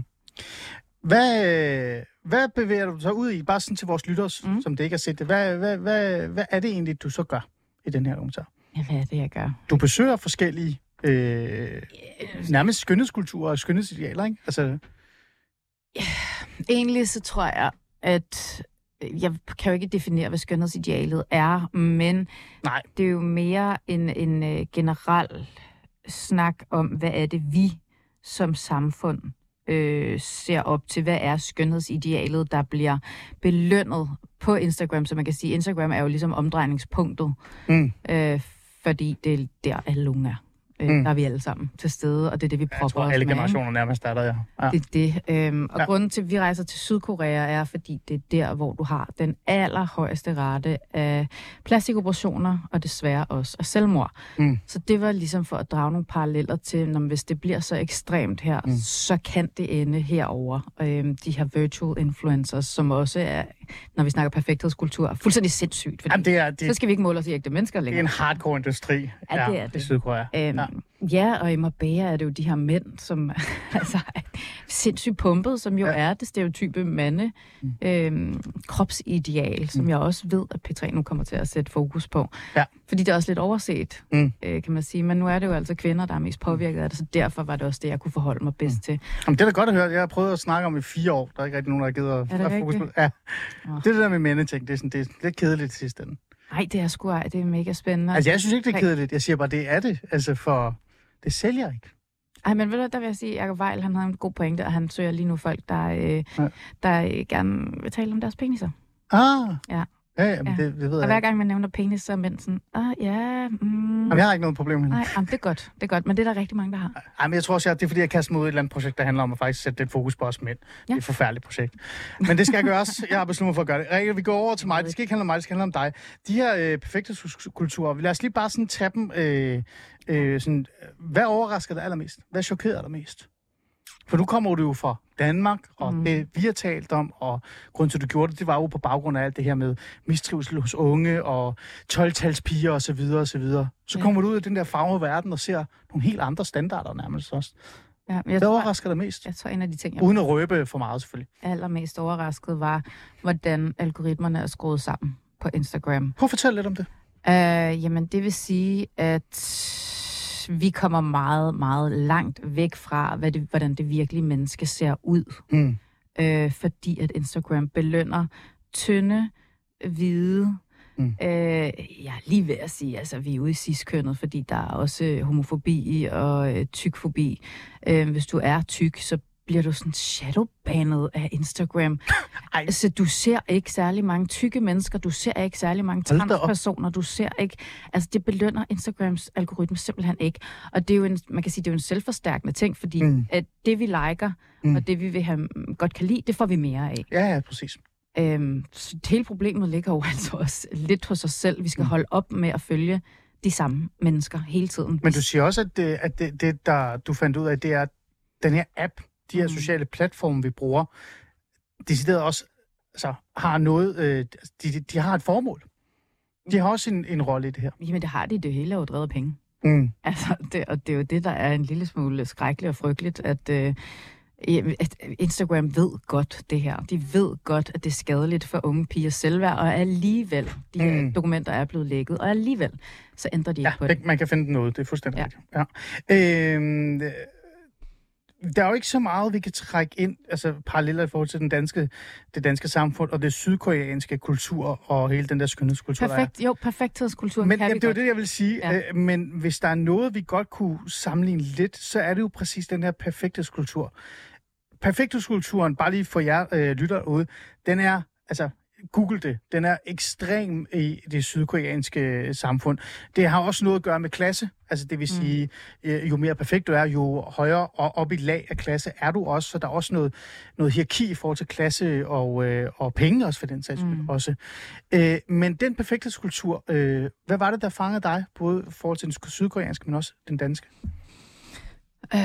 Hvad, hvad bevæger du så ud i, bare sådan til vores lytters, mm. som det ikke har set det, hvad, hvad, hvad, hvad er det egentlig, du så gør i den her dokumentar? Ja, hvad er det, jeg gør? Du besøger forskellige, øh, nærmest skønhedskulturer og skønhedsidealer, ikke? Altså... Ja, egentlig så tror jeg, at jeg kan jo ikke definere, hvad skønhedsidealet er, men Nej. det er jo mere en, en uh, generel snak om, hvad er det, vi som samfund øh, ser op til. Hvad er skønhedsidealet, der bliver belønnet på Instagram? Så man kan sige, Instagram er jo ligesom omdrejningspunktet, mm. øh, fordi det er der, alle unge er. Mm. Der er vi alle sammen til stede, og det er det, vi propper os med. Jeg tror, alle generationer nærmest er der, ja. ja. Det er det. Øhm, og ja. grunden til, at vi rejser til Sydkorea, er, fordi det er der, hvor du har den allerhøjeste rate af plastikoperationer, og desværre også af selvmord. Mm. Så det var ligesom for at drage nogle paralleller til, når hvis det bliver så ekstremt her, mm. så kan det ende herover. Øhm, de her virtual influencers, som også er, når vi snakker perfekthedskultur, fuldstændig sindssygt. Fordi Jamen, det er, det, så skal vi ikke måle os i ægte mennesker længere. Det er en hardcore industri, ja, det er det. i Sydkorea. Øhm, ja. Ja, og i Marbella er det jo de her mænd, som altså, er sindssygt pumpet, som jo ja. er det stereotype mande mm. øhm, kropsideal, som mm. jeg også ved, at P tre nu kommer til at sætte fokus på. Ja. Fordi det er også lidt overset, mm. øh, kan man sige. Men nu er det jo altså kvinder, der er mest påvirket af det, så derfor var det også det, jeg kunne forholde mig bedst mm. til. Jamen, det er da godt at høre. Jeg har prøvet at snakke om i fire år. Der er ikke rigtig nogen, der har givet at have fokus på. Ja. Oh. Det er det der med mændeting. Det er, sådan, det er lidt kedeligt til sidst ende. Nej, det er sgu ej. Det er mega spændende. Altså, jeg synes ikke, det er kedeligt. Jeg siger bare, det er det. Altså, for det sælger ikke. Ej, men ved du, der vil jeg sige, at Jacob Weil, han har en god pointe, og han søger lige nu folk, der, øh, ja. der gerne vil tale om deres peniser. Ah, ja. Ja, jamen, ja. Det, det ved jeg. Og hver gang man nævner penis, så er mænd sådan, ah, ja, mm. Jamen, jeg har ikke noget problem med det. Nej, jamen, det er godt, det er godt, men det er der rigtig mange, der har. Ej, men jeg tror også, at det er fordi, jeg kaster mig ud i et eller andet projekt, der handler om at faktisk sætte lidt fokus på os mænd. Ja. Det er et forfærdeligt projekt. Men det skal jeg gøre også. Jeg har besluttet mig for at gøre det. Rikke, vi går over til mig. Det skal ikke handle om mig, det skal handle om dig. De her øh, perfekte kulturer, lad os lige bare sådan tage dem. Øh, øh, sådan, hvad overrasker dig allermest? Hvad chokerer dig mest? For nu kommer du jo fra Danmark, og mm. det vi har talt om, og grunden til, at du gjorde det, det var jo på baggrund af alt det her med mistrivsel hos unge, og tolv-talspiger osv. Så, videre, og så, videre. så kommer ja. du ud af den der farvede verden og ser nogle helt andre standarder nærmest også. Ja, jeg Hvad tror, overrasker dig mest? Jeg tror, en af de ting, jeg Uden at røbe for meget, selvfølgelig. allermest overrasket var, hvordan algoritmerne er skruet sammen på Instagram. Prøv at fortælle lidt om det. Uh, jamen, det vil sige, at vi kommer meget, meget langt væk fra, hvad det, hvordan det virkelige menneske ser ud. Mm. Øh, fordi at Instagram belønner tynde, hvide, mm. øh, ja, lige ved at sige, altså vi er ude i cis-kønnet, fordi der er også homofobi og øh, tykfobi. Øh, hvis du er tyk, så bliver du sådan shadowbanet af Instagram. Ej. Altså, du ser ikke særlig mange tykke mennesker, du ser ikke særlig mange transpersoner, du ser ikke... Altså, det belønner Instagrams algoritme simpelthen ikke. Og det er jo en, man kan sige, det er jo en selvforstærkende ting, fordi mm. at det, vi liker, mm. og det, vi vil have, godt kan lide, det får vi mere af. Ja, ja, præcis. Øhm, så hele problemet ligger jo altså også lidt hos os selv. Vi skal mm. holde op med at følge de samme mennesker hele tiden. Men du siger også, at det, at det, det der du fandt ud af, det er den her app, de her sociale platforme, vi bruger, decideret også altså, har noget, øh, de, de har et formål. De har også en, en rolle i det her. Jamen, det har de. Det hele er jo drevet af penge. Mm. Altså, det, og det er jo det, der er en lille smule skrækkeligt og frygteligt, at, øh, at Instagram ved godt det her. De ved godt, at det er skadeligt for unge pigers selvværd, og alligevel, de her mm. dokumenter er blevet lækket, og alligevel, så ændrer de ja, ikke på det. Man kan finde noget, det er fuldstændig rigtigt. Ja. Ja. Øhm, Der er jo ikke så meget, vi kan trække ind, altså paralleller i forhold til den danske, det danske samfund og det sydkoreanske kultur og hele den der skønhedskultur, Perfekt, der er. Jo, perfekthedskultur. Men jamen, det er jo det, jeg vil sige. Ja. Øh, men hvis der er noget, vi godt kunne sammenligne lidt, så er det jo præcis den her perfekthedskultur. Perfekthedskulturen, bare lige for jer øh, lytter ude, den er, altså Google det. Den er ekstrem i det sydkoreanske samfund. Det har også noget at gøre med klasse. Altså det vil sige, mm. jo mere perfekt du er, jo højere og op i lag af klasse er du også. Så der er også noget, noget hierarki i forhold til klasse og, øh, og penge også for den sags mm. også. Øh, men den perfekthedskultur, øh, hvad var det, der fangede dig? Både i forhold til den sydkoreanske, men også den danske? Øh...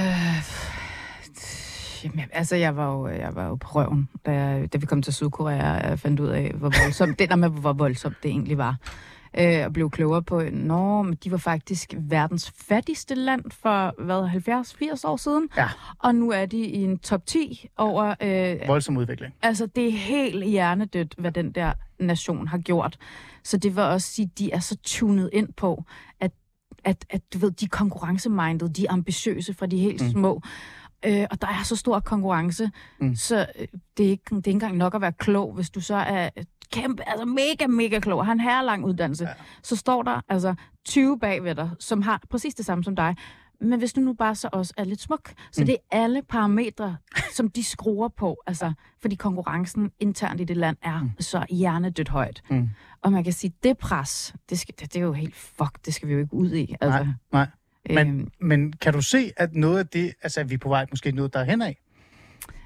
Jamen, altså, jeg var jo, jeg var jo på røven, da, jeg, da vi kom til Sydkorea, og fandt ud af, hvor voldsomt, det der med, hvor voldsomt det egentlig var. Øh, og blev klogere på, nå, men de var faktisk verdens fattigste land for, hvad, halvfjerds til firs år siden. Ja. Og nu er de i en top ti over... Øh, voldsom udvikling. Altså, det er helt hjernedødt, hvad den der nation har gjort. Så det vil også sige, de er så tunet ind på, at, at, at du ved, de er konkurrenceminded, de er ambitiøse fra de helt mm. små. Øh, og der er så stor konkurrence, mm. så det er, ikke, det er ikke engang nok at være klog, hvis du så er kæmpe, altså mega, mega klog, har en herrelang uddannelse, ja. Så står der altså tyve bagved dig, som har præcis det samme som dig, men hvis du nu bare så også er lidt smuk, så mm. det er alle parametre, som de skruer på, altså, fordi konkurrencen internt i det land er mm. så hjernedødt højt. Mm. Og man kan sige, det pres, det, skal, det, det er jo helt fuck, det skal vi jo ikke ud i. Altså. Nej, nej. Men, øhm, men kan du se, at noget af det, altså er vi på vej måske noget derhen af?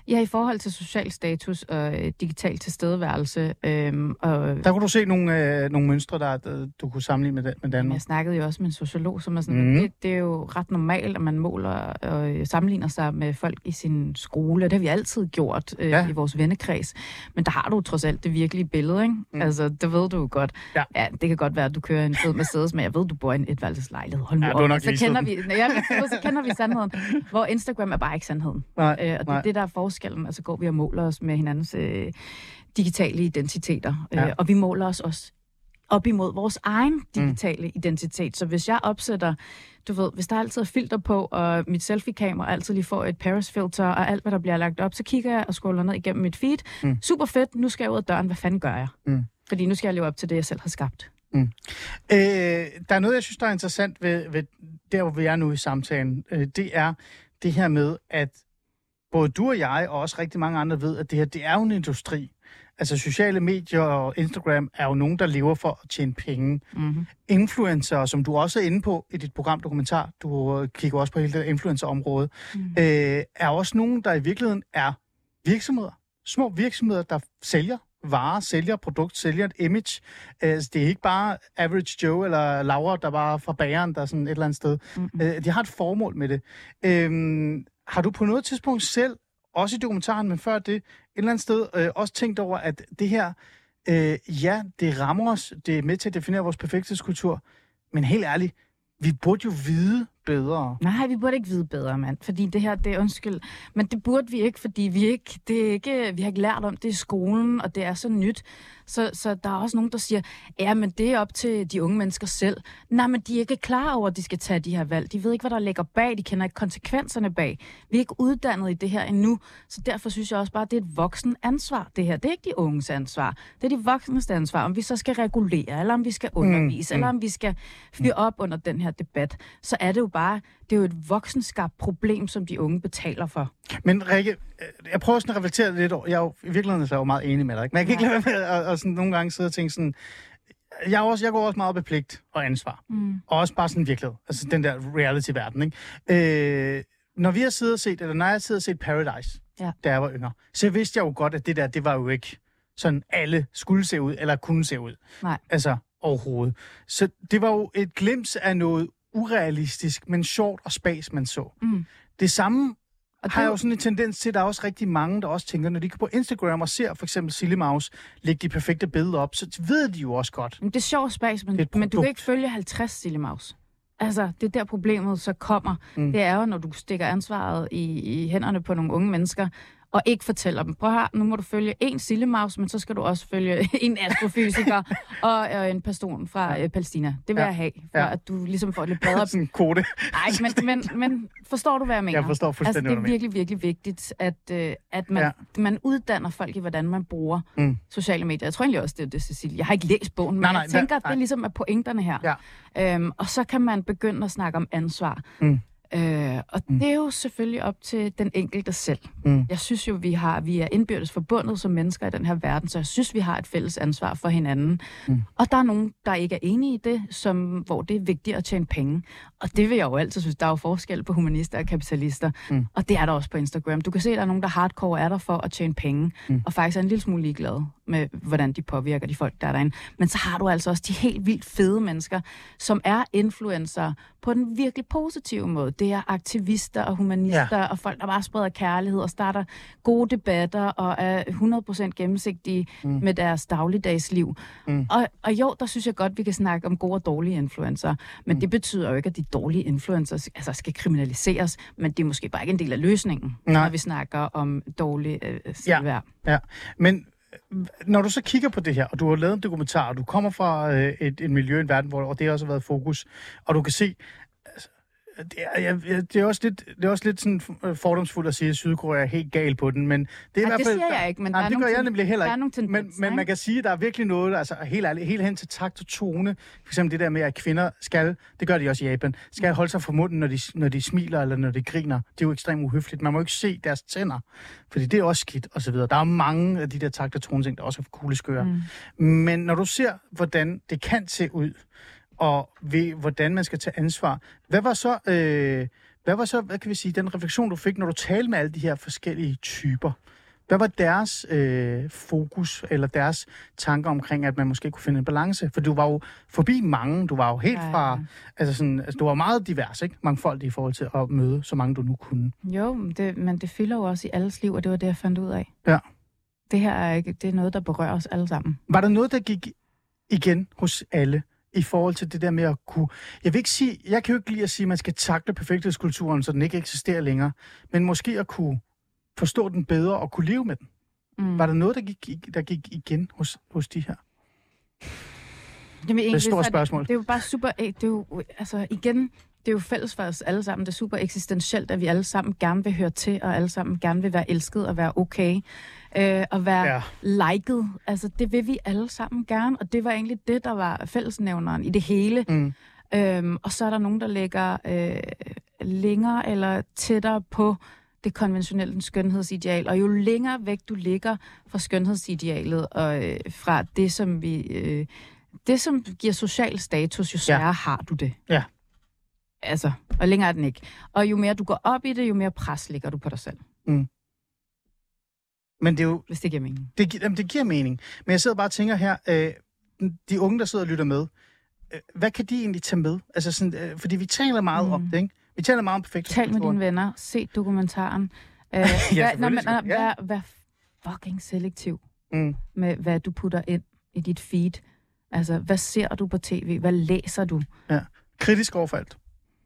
Ja, i forhold til social status og øh, digital tilstedeværelse. Øh, og, Der kunne du se nogle, øh, nogle mønstre, der, der du kunne sammenligne med, med Danmark. Jeg snakkede jo også med en sociolog, som er sådan, mm. det, det er jo ret normalt, at man måler og øh, sammenligner sig med folk i sin skole. Det har vi altid gjort øh, ja. i vores vennekreds. Men der har du trods alt det virkelige billede, ikke? Mm. Altså, det ved du jo godt. Ja. Ja, det kan godt være, at du kører en fed Mercedes, men jeg ved, du bor i en etværelseslejlighed. Hold nu ja, op. Så kender, vi, ja, så kender vi sandheden. Hvor Instagram er bare ikke sandheden. Nej, øh, og det er det, der er forskellen. Altså går vi og måler os med hinandens øh, digitale identiteter. Ja. Øh, og vi måler os også op imod vores egen digitale mm. identitet. Så hvis jeg opsætter, du ved, hvis der altid er filter på, og mit selfie-kamera altid lige får et Paris-filter, og alt, hvad der bliver lagt op, så kigger jeg og scroller ned igennem mit feed. Mm. Super fedt, nu skal jeg ud af døren. Hvad fanden gør jeg? Mm. Fordi nu skal jeg leve op til det, jeg selv har skabt. Mm. Øh, der er noget, jeg synes, der er interessant ved, ved der, hvor vi er nu i samtalen. Øh, det er det her med, at både du og jeg, og også rigtig mange andre ved, at det her, det er jo en industri. Altså sociale medier og Instagram er jo nogen, der lever for at tjene penge. Mm-hmm. Influencer, som du også er inde på i dit program Dokumentar, du kigger også på hele det influencerområde, mm. øh, er også nogen, der i virkeligheden er virksomheder. Små virksomheder, der sælger varer, sælger produkt, sælger et image. Altså, det er ikke bare Average Joe eller Laura, der bare fra bageren, der er sådan et eller andet sted. Mm-hmm. Øh, de har et formål med det. Øh, har du på noget tidspunkt selv, også i dokumentaren, men før det, et eller andet sted, øh, også tænkt over, at det her, øh, ja, det rammer os, det er med til at definere vores perfekthedskultur, men helt ærligt, vi burde jo vide bedre. Nej, vi burde ikke vide bedre, mand. Fordi det her, det er undskyld. Men det burde vi ikke, fordi vi ikke, det er ikke, vi har ikke lært om det i skolen, og det er så nyt. Så, så der er også nogen, der siger, ja, men det er op til de unge mennesker selv. Nej, men de er ikke klar over, at de skal tage de her valg. De ved ikke, hvad der ligger bag. De kender ikke konsekvenserne bag. Vi er ikke uddannet i det her endnu. Så derfor synes jeg også bare, at det er et voksen ansvar, det her. Det er ikke de unges ansvar. Det er de voksnes ansvar, om vi så skal regulere, eller om vi skal undervise, mm. eller om vi skal fyre op under den her debat. Så er det jo bare, det er jo et voksenskabt problem, som de unge betaler for. Men Rikke, jeg prøver sådan at reflektere lidt over, jeg er jo i virkeligheden så er jeg jo meget enig med dig, ikke? Men jeg kan ikke lade være med at, at sådan nogle gange sidde og tænke sådan, jeg, er også, jeg går også meget op i pligt og ansvar. Mm. Og også bare sådan virkelighed, altså den der reality-verden, ikke? Øh, når vi har siddet og set, eller når jeg har siddet og set Paradise, ja. Da jeg var yngre, så vidste jeg jo godt, at det der, det var jo ikke sådan alle skulle se ud, eller kunne se ud. Nej. Altså overhovedet. Så det var jo et glimt af noget urealistisk, men sjovt og spas, man så. Mm. Det samme og har jeg jo sådan en tendens til, at der er også rigtig mange, der også tænker, når de går på Instagram og ser for eksempel Silly Mouse lægge de perfekte billeder op, så ved de jo også godt. Men det er sjovt spas, men, men du kan ikke følge halvtreds Silly Mouse. Altså, det er der problemet så kommer. Mm. Det er jo, når du stikker ansvaret i, i hænderne på nogle unge mennesker, og ikke fortæller dem, prøv her, nu må du følge en Silly Mouse, men så skal du også følge en astrofysiker og øh, en person fra øh, Palæstina. Det vil ja. jeg have, for ja. at du ligesom får et lidt bredere... sådan en kode. Nej, men, men, men forstår du, hvad jeg mener? Jeg forstår fuldstændig, altså, det er virkelig, virkelig vigtigt, at, øh, at man, ja. man uddanner folk i, hvordan man bruger mm. sociale medier. Jeg tror egentlig også, det er det, Cecilie. Jeg har ikke læst bogen, men nej, nej, jeg tænker, nej. at det ligesom er pointerne her. Ja. Øhm, og så kan man begynde at snakke om ansvar. Mm. Øh, og mm. det er jo selvfølgelig op til den enkelte selv. Mm. Jeg synes jo, vi har vi er indbyrdes forbundet som mennesker i den her verden, så jeg synes, vi har et fælles ansvar for hinanden. Mm. Og der er nogen, der ikke er enige i det, som, hvor det er vigtigt at tjene penge. Og det vil jeg jo altid synes, der er jo forskel på humanister og kapitalister. Mm. Og det er der også på Instagram. Du kan se, at der er nogen, der hardcore er der for at tjene penge, mm. og faktisk er en lille smule ligeglade med, hvordan de påvirker de folk, der er derinde. Men så har du altså også de helt vildt fede mennesker, som er influencer på den virkelig positive måde. Det er aktivister og humanister, ja. og folk, der bare spreder kærlighed og starter gode debatter og er hundrede procent gennemsigtige mm. med deres dagligdagsliv. Mm. Og, og jo, der synes jeg godt, vi kan snakke om gode og dårlige influencer. Men mm. det betyder jo ikke, at de dårlige influencers altså, skal kriminaliseres, men det er måske bare ikke en del af løsningen, Nej. når vi snakker om dårlig øh, selvværd. Ja. ja, men når du så kigger på det her, og du har lavet en dokumentar, og du kommer fra øh, et, et miljø i en verden, hvor det også har været fokus, og du kan se, altså, det, er, jeg, det, er også lidt, det er også lidt sådan fordomsfuldt at sige, at Sydkorea er helt gal på den, men det er Ej, i hvert fald... det siger jeg ikke, men nej, der det er gør nogle jeg nemlig heller ikke. Tendens, men, men man kan sige, at der er virkelig noget, altså helt ærligt, helt hen til takt og tone, for eksempel det der med, at kvinder skal, det gør de også i Japan, skal holde sig for munden, når de, når de smiler eller når de griner. Det er jo ekstremt uhøfligt. Man må ikke se deres tænder, fordi det er også skidt og så videre. Der er mange af de der takt og tone ting, der også er kugleskøre. Mm. Men når du ser, hvordan det kan se ud, og ved, hvordan man skal tage ansvar, hvad var så... Øh, hvad var så, hvad kan vi sige, den refleksion, du fik, når du talte med alle de her forskellige typer? Hvad var deres øh, fokus, eller deres tanker omkring, at man måske kunne finde en balance? For du var jo forbi mange, du var jo helt fra, ja, ja. altså sådan, altså, du var meget divers, ikke? Mangfoldig i forhold til at møde så mange, du nu kunne. Jo, det, men det fylder jo også i alles liv, og det var det, jeg fandt ud af. Ja. Det her er, ikke, det er noget, der berører os alle sammen. Var der noget, der gik igen hos alle, i forhold til det der med at kunne... Jeg vil ikke sige, jeg kan jo ikke lide at sige, at man skal takle perfekthedskulturen, så den ikke eksisterer længere, men måske at kunne forstå den bedre og kunne leve med den. Mm. Var der noget, der gik, der gik igen hos, hos de her? Jamen, det er et stort spørgsmål. Det, det er jo bare super... Det er jo, altså igen, det er jo fælles for os alle sammen. Det er super eksistentielt, at vi alle sammen gerne vil høre til, og alle sammen gerne vil være elsket og være okay. Øh, og være ja. liket. Altså, det vil vi alle sammen gerne, og det var egentlig det, der var fællesnævneren i det hele. Mm. Øhm, og så er der nogen, der ligger øh, længere eller tættere på det konventionelle skønhedsideal, og jo længere væk du ligger fra skønhedsidealet og øh, fra det, som vi øh, det, som giver social status, jo sværere ja. har du det. Ja. Altså, og længere er den ikke. Og jo mere du går op i det, jo mere pres lægger du på dig selv. Mm. Men det er jo... Hvis det giver mening. Det, jamen, det giver mening. Men jeg sidder bare og tænker her, øh, de unge, der sidder og lytter med, øh, hvad kan de egentlig tage med? Altså sådan, øh, fordi vi taler meget mm. om det, ikke? Vi taler meget om perfekthedskulturen. Tal med dine venner, se dokumentaren. Øh, ja, vær, når man, ja. vær, vær fucking selektiv mm. med, hvad du putter ind i dit feed. Altså, hvad ser du på tv? Hvad læser du? Ja. Kritisk overfaldt.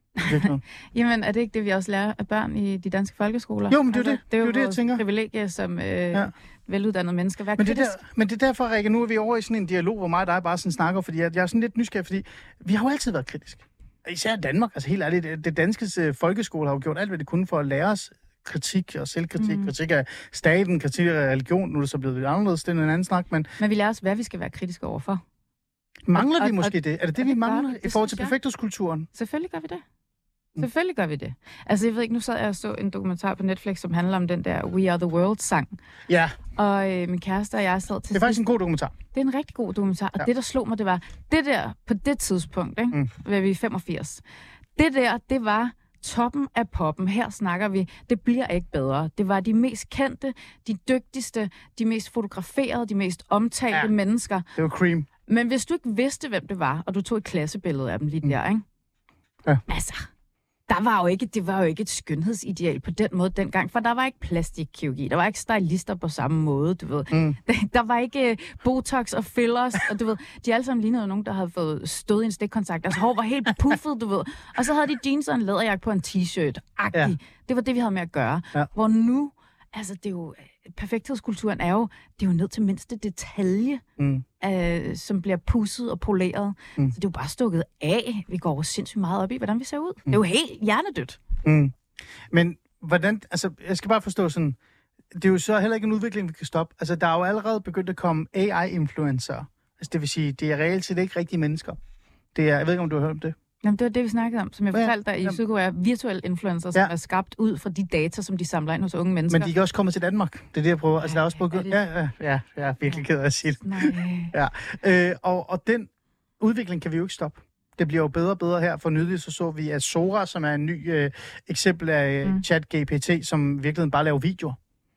Jamen, er det ikke det, vi også lærer af børn i de danske folkeskoler? Jo, men det er altså, det. Det er jo det, er det jeg tænker. privilegie som øh, ja. veluddannede mennesker. Men det, der, men det er derfor, Rikke, nu er vi over i sådan en dialog, hvor mig og dig bare sådan snakker, fordi jeg, jeg er sådan lidt nysgerrig, fordi vi har jo altid været kritiske. Især Danmark, altså helt ærligt, det, det danske øh, folkeskole har jo gjort alt, hvad det kunne for at lære os kritik og selvkritik, mm. kritik af staten, kritik af religion, nu er det så blevet lidt anderledes, det er en anden snak, men... Men vi lærer os, hvad vi skal være kritiske overfor. Mangler og, vi måske og, det? Er det det, vi mangler i forhold til perfekthedskulturen? Selvfølgelig gør vi det. Selvfølgelig gør vi det. Altså, jeg ved ikke, nu sad jeg og så en dokumentar på Netflix, som handler om den der We Are The World-sang. Ja. Og øh, min kæreste og jeg sad til... Det er faktisk en god dokumentar. Det er en rigtig god dokumentar, og ja. det, der slog mig, det var, det der, på det tidspunkt, ikke, mm. hvor vi er femogfirs, det der, det var toppen af poppen. Her snakker vi, det bliver ikke bedre. Det var de mest kendte, de dygtigste, de mest fotograferede, de mest omtalte ja. mennesker. Det var cream. Men hvis du ikke vidste, hvem det var, og du tog et klassebillede af dem lige mm. der, ikke? Ja. Altså... Der var jo ikke, det var jo ikke et skønhedsideal på den måde dengang, for der var ikke plastikkirurgi, der var ikke stylister på samme måde, du ved. Mm. Der, der var ikke botox og fillers, og du ved, de alle sammen lignede nogen, der havde fået stået i en stikkontakt. Altså hår var helt puffet, du ved. Og så havde de jeans og en læderjakke på en t-shirt-agtig. Ja. Det var det, vi havde med at gøre. Ja. Hvor nu, altså det er jo, perfekthedskulturen er jo, det er jo ned til mindste detalje, mm. øh, som bliver pudset og poleret. Mm. Så det er jo bare stukket af. Vi går sindssygt meget op i, hvordan vi ser ud. Mm. Det er jo helt hjernedødt. Mm. Men hvordan, altså jeg skal bare forstå sådan, det er jo så heller ikke en udvikling, vi kan stoppe. Altså der er jo allerede begyndt at komme A I-influencer. Altså det vil sige, det er reelt set ikke rigtige mennesker. Det er, jeg ved ikke, om du har hørt om det? Jamen, det var det, vi snakkede om, som jeg fortalte dig i Sydkorea. Virtuelle influencer, som ja. er skabt ud fra de data, som de samler ind hos unge mennesker. Men de er også kommet til Danmark. Det er det, jeg prøver. Ja, altså, der er også både... Er det... Ja, ja, ja, jeg er virkelig ked af at sige det. Nej. Ja. Øh, og, og den udvikling kan vi jo ikke stoppe. Det bliver jo bedre og bedre her. For nylig så så vi, at Sora, som er en ny øh, eksempel af mm. ChatGPT, som virkelig bare laver videoer.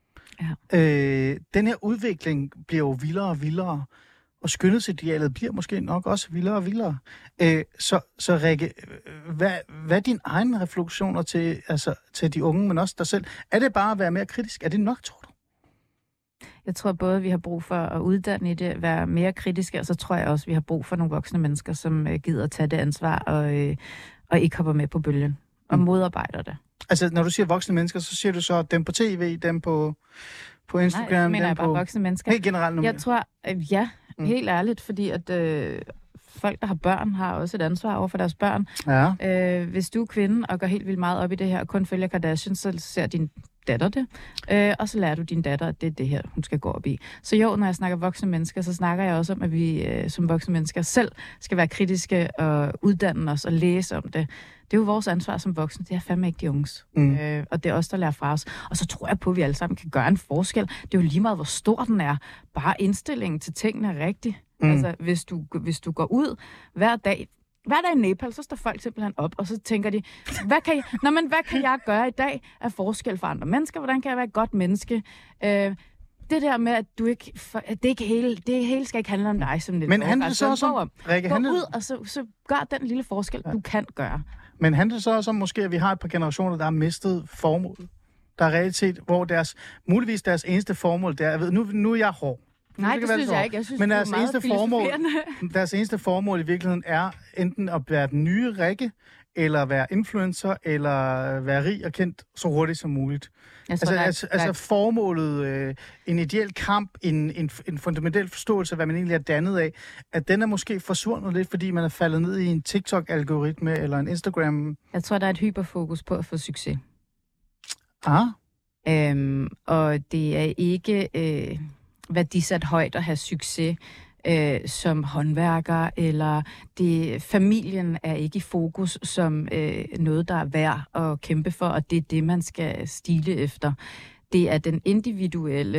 Ja. Øh, den her udvikling bliver jo vildere og vildere. Og skønhedsidealet bliver måske nok også vildere og vildere. Øh, så, så Rikke, hvad, hvad er dine egne refleksioner til, altså, til de unge, men også dig selv? Er det bare at være mere kritisk? Er det nok, tror du? Jeg tror både, vi har brug for at uddanne i det, være mere kritiske, og så tror jeg også, vi har brug for nogle voksne mennesker, som øh, gider at tage det ansvar og, øh, og ikke hopper med på bølgen og mm. modarbejder det. Altså, når du siger voksne mennesker, så siger du så dem på tv, dem på, på Instagram? Nej, jeg mener dem jeg bare på... voksne mennesker. Helt generelt nu. Jeg tror, øh, ja, mm. helt ærligt, fordi at øh, folk, der har børn, har også et ansvar over for deres børn. Ja. Øh, hvis du er kvinde og går helt vildt meget op i det her, og kun følger Kardashian, så ser din datter det, øh, og så lærer du din datter, at det er det her, hun skal gå op i. Så jo, når jeg snakker voksne mennesker, så snakker jeg også om, at vi øh, som voksne mennesker selv skal være kritiske og uddanne os og læse om det. Det er jo vores ansvar som voksne, det er fandme ikke de unges. Mm. Øh, og det er os, der lærer fra os. Og så tror jeg på, at vi alle sammen kan gøre en forskel. Det er jo lige meget, hvor stor den er. Bare indstillingen til tingene er rigtig. Mm. Altså, hvis du, hvis du går ud hver dag, Hver dag i Nepal, så står folk simpelthen op, og så tænker de, hvad kan jeg, Nå, men hvad kan jeg gøre i dag af forskel for andre mennesker? Hvordan kan jeg være et godt menneske? Øh, det der med, at du ikke, for, at det ikke hele, det hele skal ikke handle om dig, som det Men handler det så også om, Rikke, gå handler... ud, og så, så gør den lille forskel, ja. du kan gøre. Men handler det så også om, måske, at vi har et par generationer, der har mistet formålet? Der er reelt set, hvor deres, muligvis deres eneste formål, det er, jeg ved, nu, nu er jeg hård. Nej, det synes jeg ikke. Jeg synes, men det deres er meget eneste formål, deres eneste formål i virkeligheden er enten at være den nye Rikke, eller være influencer, eller være rig og kendt så hurtigt som muligt. Tror, altså, der, altså, der... altså formålet, øh, en ideel kamp, en, en, en fundamental forståelse af, hvad man egentlig er dannet af, at den er måske forsvundet lidt, fordi man er faldet ned i en TikTok-algoritme, eller en Instagram. Jeg tror, der er et hyperfokus på at få succes. Ah. Øhm, og det er ikke øh, værdisat højt at have succes øh, som håndværker, eller det, familien er ikke i fokus som øh, noget, der er værd at kæmpe for, og det er det, man skal stile efter. Det er den individuelle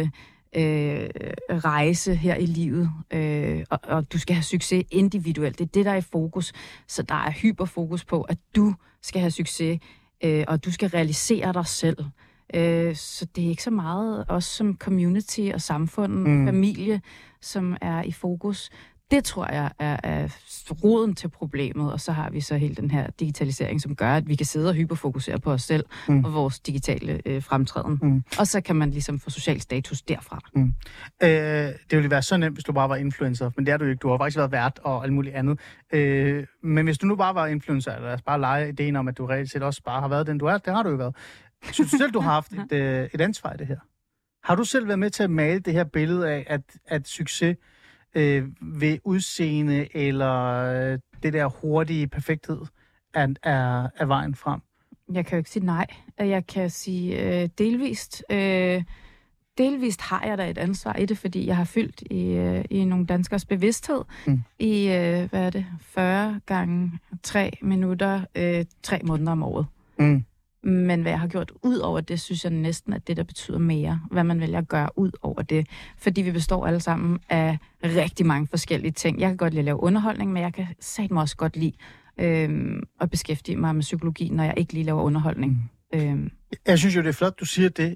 øh, rejse her i livet, øh, og, og du skal have succes individuelt. Det er det, der er i fokus. Så der er hyperfokus på, at du skal have succes, øh, og du skal realisere dig selv. Øh, så det er ikke så meget os som community og samfund, mm. familie, som er i fokus. Det tror jeg er, er roden til problemet, og så har vi så hele den her digitalisering, som gør, at vi kan sidde og hyperfokusere på os selv mm. og vores digitale øh, fremtræden. Mm. Og så kan man ligesom få social status derfra. Mm. Øh, det ville være så nemt, hvis du bare var influencer, men det er du ikke. Du har faktisk været vært og alt muligt andet. Øh, men hvis du nu bare var influencer, eller lad os bare lege ideen om, at du reelt set også bare har været den, du er, det har du jo været. Synes du selv, du har haft et, øh, et ansvar i det her? Har du selv været med til at male det her billede af, at, at succes øh, ved udseende eller øh, det der hurtige perfekthed er, er, er vejen frem? Jeg kan jo ikke sige nej. Jeg kan sige øh, delvist. Øh, delvist har jeg da et ansvar i det, fordi jeg har fyldt i, øh, i nogle danskers bevidsthed mm. i, øh, hvad er det, fyrre gange tre minutter, øh, tre måneder om året. Mm. Men hvad jeg har gjort ud over det, synes jeg næsten, at det, der betyder mere. Hvad man vælger at gøre ud over det. Fordi vi består alle sammen af rigtig mange forskellige ting. Jeg kan godt lide at lave underholdning, men jeg kan satme også godt lide øh, at beskæftige mig med psykologi, når jeg ikke lige laver underholdning. Mm. Øh. Jeg synes jo, det er flot, du siger det.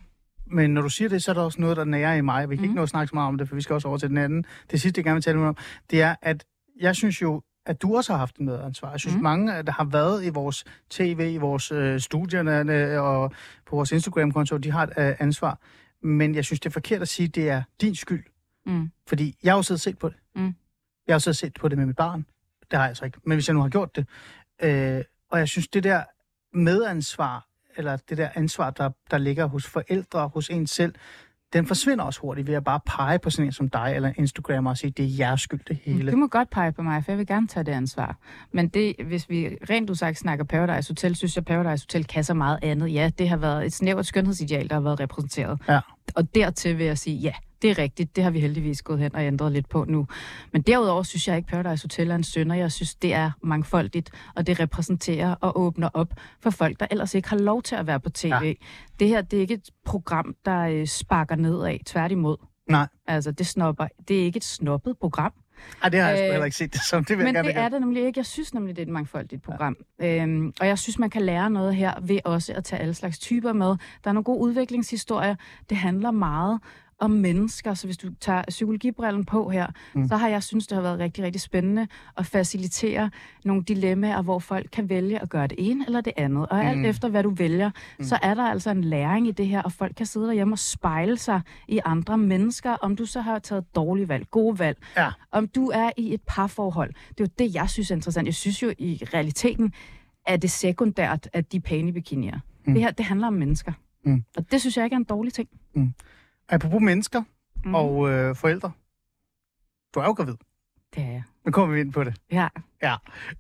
Men når du siger det, så er der også noget, der nærer i mig. Vi kan mm. ikke nå at snakke så meget om det, for vi skal også over til den anden. Det sidste, jeg gerne vil tale med om, det er, at jeg synes jo, at du også har haft et medansvar. Jeg synes, mm. mange, der har været i vores tv, i vores øh, studierne og på vores Instagram-konto, de har et øh, ansvar. Men jeg synes, det er forkert at sige, at det er din skyld. Mm. Fordi jeg har jo siddet og set på det. Mm. Jeg har jo siddet og set på det med mit barn. Det har jeg så ikke. Men hvis jeg nu har gjort det. Øh, og jeg synes, det der medansvar, eller det der ansvar, der, der ligger hos forældre, hos en selv, den forsvinder også hurtigt ved at bare pege på sådan en som dig eller Instagrammer og sige, det er jeres skyld det hele. Du må godt pege på mig, for jeg vil gerne tage det ansvar. Men det, hvis vi rent usagt snakker Paradise Hotel, synes jeg, Paradise Hotel kan så meget andet. Ja, det har været et snævert skønhedsideal, der har været repræsenteret. Ja. Og dertil vil jeg sige, ja, det er rigtigt. Det har vi heldigvis gået hen og ændret lidt på nu. Men derudover synes jeg ikke, Paradise Hotel er en synder. Jeg synes, det er mangfoldigt, og det repræsenterer og åbner op for folk, der ellers ikke har lov til at være på tv. Ja. Det her, det er ikke et program, der sparker nedad. Tværtimod. Nej. Altså, det snopper. Det er ikke et snobbet program. Ej, det har jeg øh, heller ikke set det som. Det vil men jeg det er det nemlig ikke. Jeg synes nemlig, det er et mangfoldigt program. Ja. Øhm, og jeg synes, man kan lære noget her ved også at tage alle slags typer med. Der er nogle gode udviklingshistorier. Det handler meget om mennesker, så hvis du tager psykologibrillen på her, mm. så har jeg synes, det har været rigtig, rigtig spændende at facilitere nogle dilemmaer, hvor folk kan vælge at gøre det ene eller det andet. Og alt mm. efter, hvad du vælger, mm. så er der altså en læring i det her, og folk kan sidde derhjemme og spejle sig i andre mennesker, om du så har taget dårlige valg, gode valg, ja. Om du er i et parforhold. Det er jo det, jeg synes er interessant. Jeg synes jo i realiteten, at det sekundært, at de er pæne i bikinier. Mm. Det her, det handler om mennesker. Mm. Og det synes jeg ikke er en dårlig ting. Mm. Apropos mennesker mm. og øh, forældre. Du er jo gravid. Det er jeg. Nu kommer vi ind på det. Ja. Ja.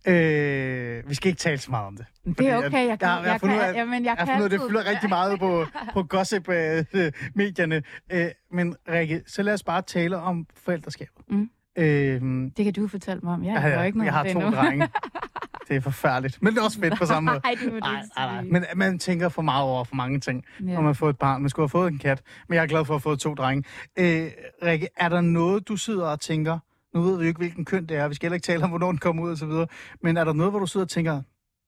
Øh, vi skal ikke tale så meget om det. Det er okay. Jeg kan, jeg, jeg, jeg, kan, jeg, jamen, jeg, jeg kan det fylder rigtig meget på, på gossip-medierne. Øh, men Rikke, så lad os bare tale om forældreskabet. Mm. Øh, det kan du fortælle mig om. Jeg, jeg, jeg, ikke noget jeg har to endnu. drenge. Det er forfærdeligt, men det er også fedt på samme måde. Nej, det må du ikke sige. Men man tænker for meget over for mange ting, ja. Når man har fået et barn. Man skulle have fået en kat, men jeg er glad for at have fået to drenge. Øh, Rikke, er der noget, du sidder og tænker, Nu ved vi jo ikke, hvilken køn det er. Vi skal heller ikke tale om, hvornår den kommer ud og så videre. Men er der noget, hvor du sidder og tænker,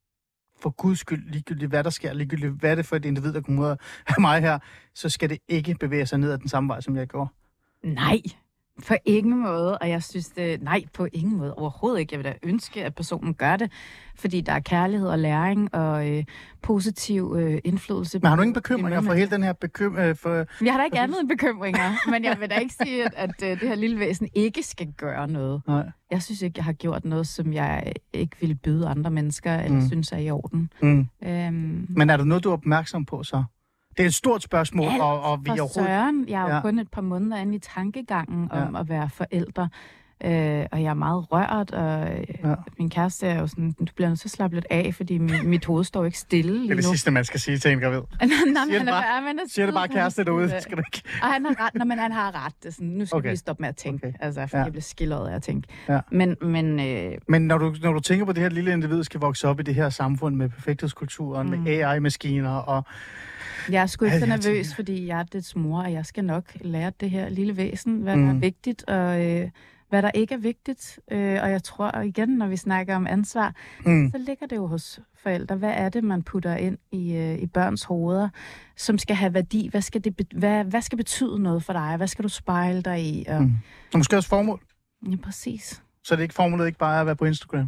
for guds skyld, ligegyldigt hvad der sker, ligegyldigt hvad det er for et individ, der kommer ud af mig her, så skal det ikke bevæge sig ned ad den samme vej, som jeg gjorde? Nej, på ingen måde. Og jeg synes, det, nej, på ingen måde overhovedet ikke. Jeg vil da ønske, at personen gør det, fordi der er kærlighed og læring og øh, positiv øh, indflydelse. Men har du ingen bekymringer for hele den her bekymring? For... Jeg har da ikke andet end bekymringer, men jeg vil da ikke sige, at, at øh, det her lille væsen ikke skal gøre noget. Nej. Jeg synes ikke, jeg har gjort noget, som jeg ikke ville byde andre mennesker, eller mm. synes er i orden. Mm. Øhm... Men er der noget, du er opmærksom på så? Det er et stort spørgsmål, Alt og, og vi er overhovedet... Søren. Jeg er jo ja. kun et par måneder inde i tankegangen om ja. at være forældre. Øh, og jeg er meget rørt, og ja. min kæreste er jo sådan, du bliver nødt til at slappe lidt af, fordi mit, mit hoved står ikke stille lige nu. Det er det sidste, man skal sige til en gravid. Siger det bare, er, er siger det bare kæreste derude, skal du ikke? Og han har ret, når man han har ret. Det er sådan, nu skal okay. vi stoppe med at tænke, okay. altså, for ja. jeg bliver skildret af at tænke. Ja. Men, men, øh... men når, du, når du tænker på, at det her lille individ skal vokse op i det her samfund med perfekthedskulturen, mm. med A I-maskiner og... Jeg er sgu ikke så nervøs, fordi jeg er dets mor, og jeg skal nok lære det her lille væsen, hvad mm. der er vigtigt, og øh, hvad der ikke er vigtigt. Øh, og jeg tror, og igen, når vi snakker om ansvar, mm. så ligger det jo hos forældre. Hvad er det, man putter ind i, øh, i børns hoveder, som skal have værdi? Hvad skal, det be- hvad, hvad skal betyde noget for dig? Hvad skal du spejle dig i? Og, mm. og måske også formål. Ja, præcis. Så det er ikke formålet ikke bare at være på Instagram?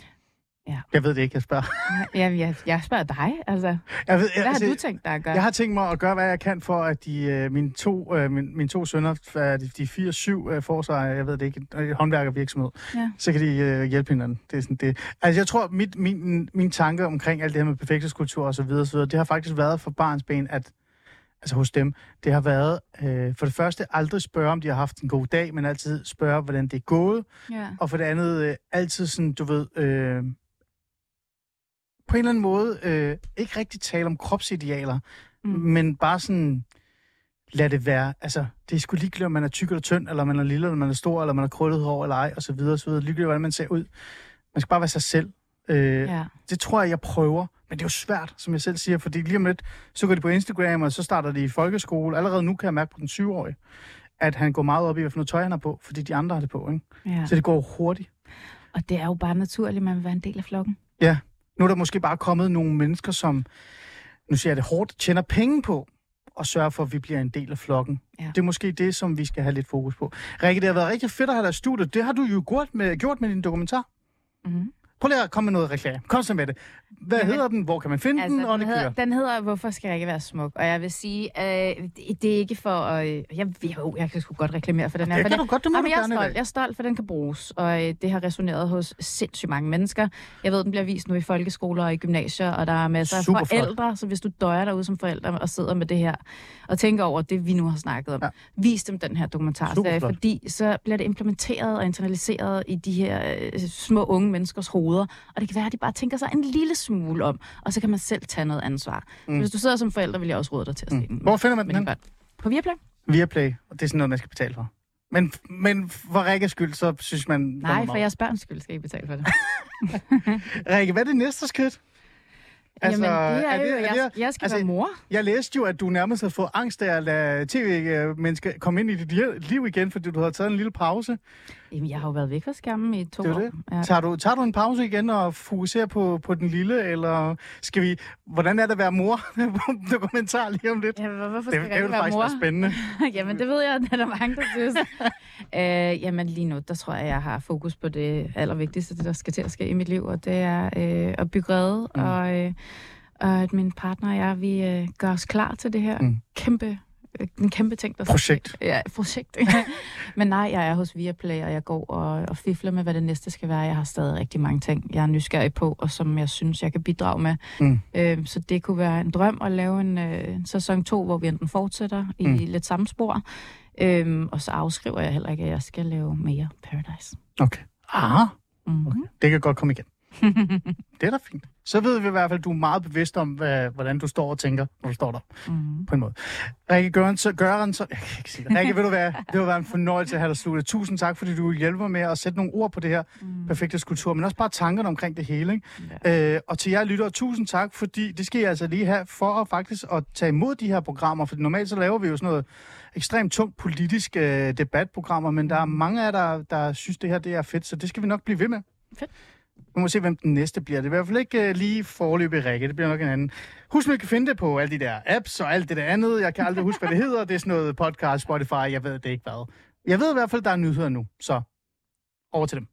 Ja. Jeg ved det ikke, jeg spørger. Ja, jeg, jeg spørger dig, altså. Jeg ved, hvad altså, har du tænkt dig at gøre? Jeg har tænkt mig at gøre, hvad jeg kan for, at de, øh, mine, to, øh, mine, mine to sønner, de, de fire syv, øh, får sig, jeg ved det ikke, en håndværkervirksomhed. Ja. Så kan de øh, hjælpe hinanden. Det er sådan det. Altså, jeg tror, mit, min, min tanke omkring alt det her med perfekthedskultur og så videre, så videre, det har faktisk været for barnsben, at altså hos dem, det har været øh, for det første aldrig spørge, om de har haft en god dag, men altid spørge, hvordan det er gået. Ja. Og for det andet, øh, altid sådan, du ved... Øh, på en eller anden måde øh, ikke rigtig tale om kropsidealer, mm. men bare sådan, lad det være. Altså, det er sgu ligegyldigt, om man er tyk eller tynd, eller man er lille, eller man er stor, eller man er krøllet hår, eller ej, og så videre, og så videre. Ligegyldigt, hvordan man ser ud. Man skal bare være sig selv. Øh, ja. Det tror jeg, jeg prøver. Men det er jo svært, som jeg selv siger, fordi lige om lidt, så går de på Instagram, og så starter de i folkeskole. Allerede nu kan jeg mærke på den syv-årige, at han går meget op i, hvad for noget tøj han har på, fordi de andre har det på, ikke? Ja. Så det går hurtigt. Og det er jo bare naturligt, at man vil være en del af flokken. Ja. Nu er der måske bare kommet nogle mennesker, som, nu siger jeg det hårdt, tjener penge på og sørger for, at vi bliver en del af flokken. Ja. Det er måske det, som vi skal have lidt fokus på. Rikke, det har været rigtig fedt at have dig i studiet. Det har du jo gjort med, gjort med din dokumentar. Mm-hmm. Prøv lige at komme med noget reklame. Kom så med det. Hvad Jamen, hedder den? Hvor kan man finde altså, den? Og den, det hedder, den hedder Hvorfor skal jeg ikke være smuk? Og jeg vil sige, øh, det er ikke for at... Øh, jeg, jo, jeg kan sgu godt reklamere for den her. Det kan for du godt, det må jamen, du jeg gerne. Er stolt, jeg er stolt, for den kan bruges. Og øh, det har resoneret hos sindssygt mange mennesker. Jeg ved, den bliver vist nu i folkeskoler og i gymnasier, og der er masser af forældre. Så hvis du døjer derude som forældre og sidder med det her, og tænker over det, vi nu har snakket om, ja. vis dem den her dokumentarserie, fordi så bliver det implementeret og internaliseret i de her øh, små unge menneskers hoveder. Og det kan være, at de bare tænker sig en lille smule om, og så kan man selv tage noget ansvar. Mm. Så hvis du sidder som forælder, vil jeg også råde dig til at se mm. den. Hvor finder man den hen? På Viaplay. Viaplay, og det er sådan noget, man skal betale for. Men, men for Rikkes skyld, så synes man... Nej, for jeres børns skyld skal I betale for det. Rikke, hvad er det næste skridt? Altså, Jamen, det er, er det, jo, jeg, jeg skal altså, være mor. Jeg læste jo, at du nærmest havde fået angst af at lade tv-mennesker komme ind i dit liv igen, fordi du havde taget en lille pause. Jamen, jeg har jo været væk fra skærmen i to det år. Det. Ja. Tager, du, tager du en pause igen og fokuserer på, på den lille, eller skal vi... Hvordan er det at være mor? Dokumentar lige om lidt. Ja, hvorfor skal det, jeg ikke være mor? Det er faktisk spændende. Jamen, det ved jeg, at der er mange, der synes. øh, jamen, lige nu, der tror jeg, jeg har fokus på det allervigtigste, det der skal til at ske i mit liv, og det er øh, at bygge rede, mm. og, øh, og at min partner og jeg, vi øh, gør os klar til det her mm. kæmpe en kæmpe ting, der projekt. Ja, projekt. Men nej, jeg er hos Viaplay, og jeg går og, og fifler med, hvad det næste skal være. Jeg har stadig rigtig mange ting, jeg er nysgerrig på, og som jeg synes, jeg kan bidrage med. Mm. Øhm, så det kunne være en drøm at lave en øh, sæson to, hvor vi enten fortsætter i mm. lidt samme spor. Øhm, og så afskriver jeg heller ikke, at jeg skal lave mere Paradise. Okay. Aha. Mm-hmm. Okay. Det kan godt komme igen. Det er da fint. Så ved vi i hvert fald, at du er meget bevidst om, hvad, hvordan du står og tænker, når du står der. Mm-hmm. På en måde. Rikke Gørensen, Gørensen, jeg kan ikke sige det. Rikke, ved du hvad? Det vil være en fornøjelse at have dig slutte. Tusind tak, fordi du hjælper mig med at sætte nogle ord på det her mm. perfekte skulptur, men også bare tankerne omkring det hele. Ikke? Ja. Øh, og til jer lyttere, tusind tak, fordi det skal I altså lige have for at faktisk at tage imod de her programmer, for normalt så laver vi jo sådan noget ekstremt tungt politisk øh, debatprogrammer, men der er mange af jer, der, der synes, det her det er fedt, så det skal vi nok blive ved med. Fedt. Vi må se, hvem den næste bliver. Det er i hvert fald ikke uh, lige forløbig Rikke. Det bliver nok en anden. Husk, at I kan finde det på alle de der apps og alt det der andet. Jeg kan aldrig huske, hvad det hedder. Det er sådan noget podcast, Spotify. Jeg ved det ikke hvad. Jeg ved i hvert fald, der er nyheder nu. Så over til dem.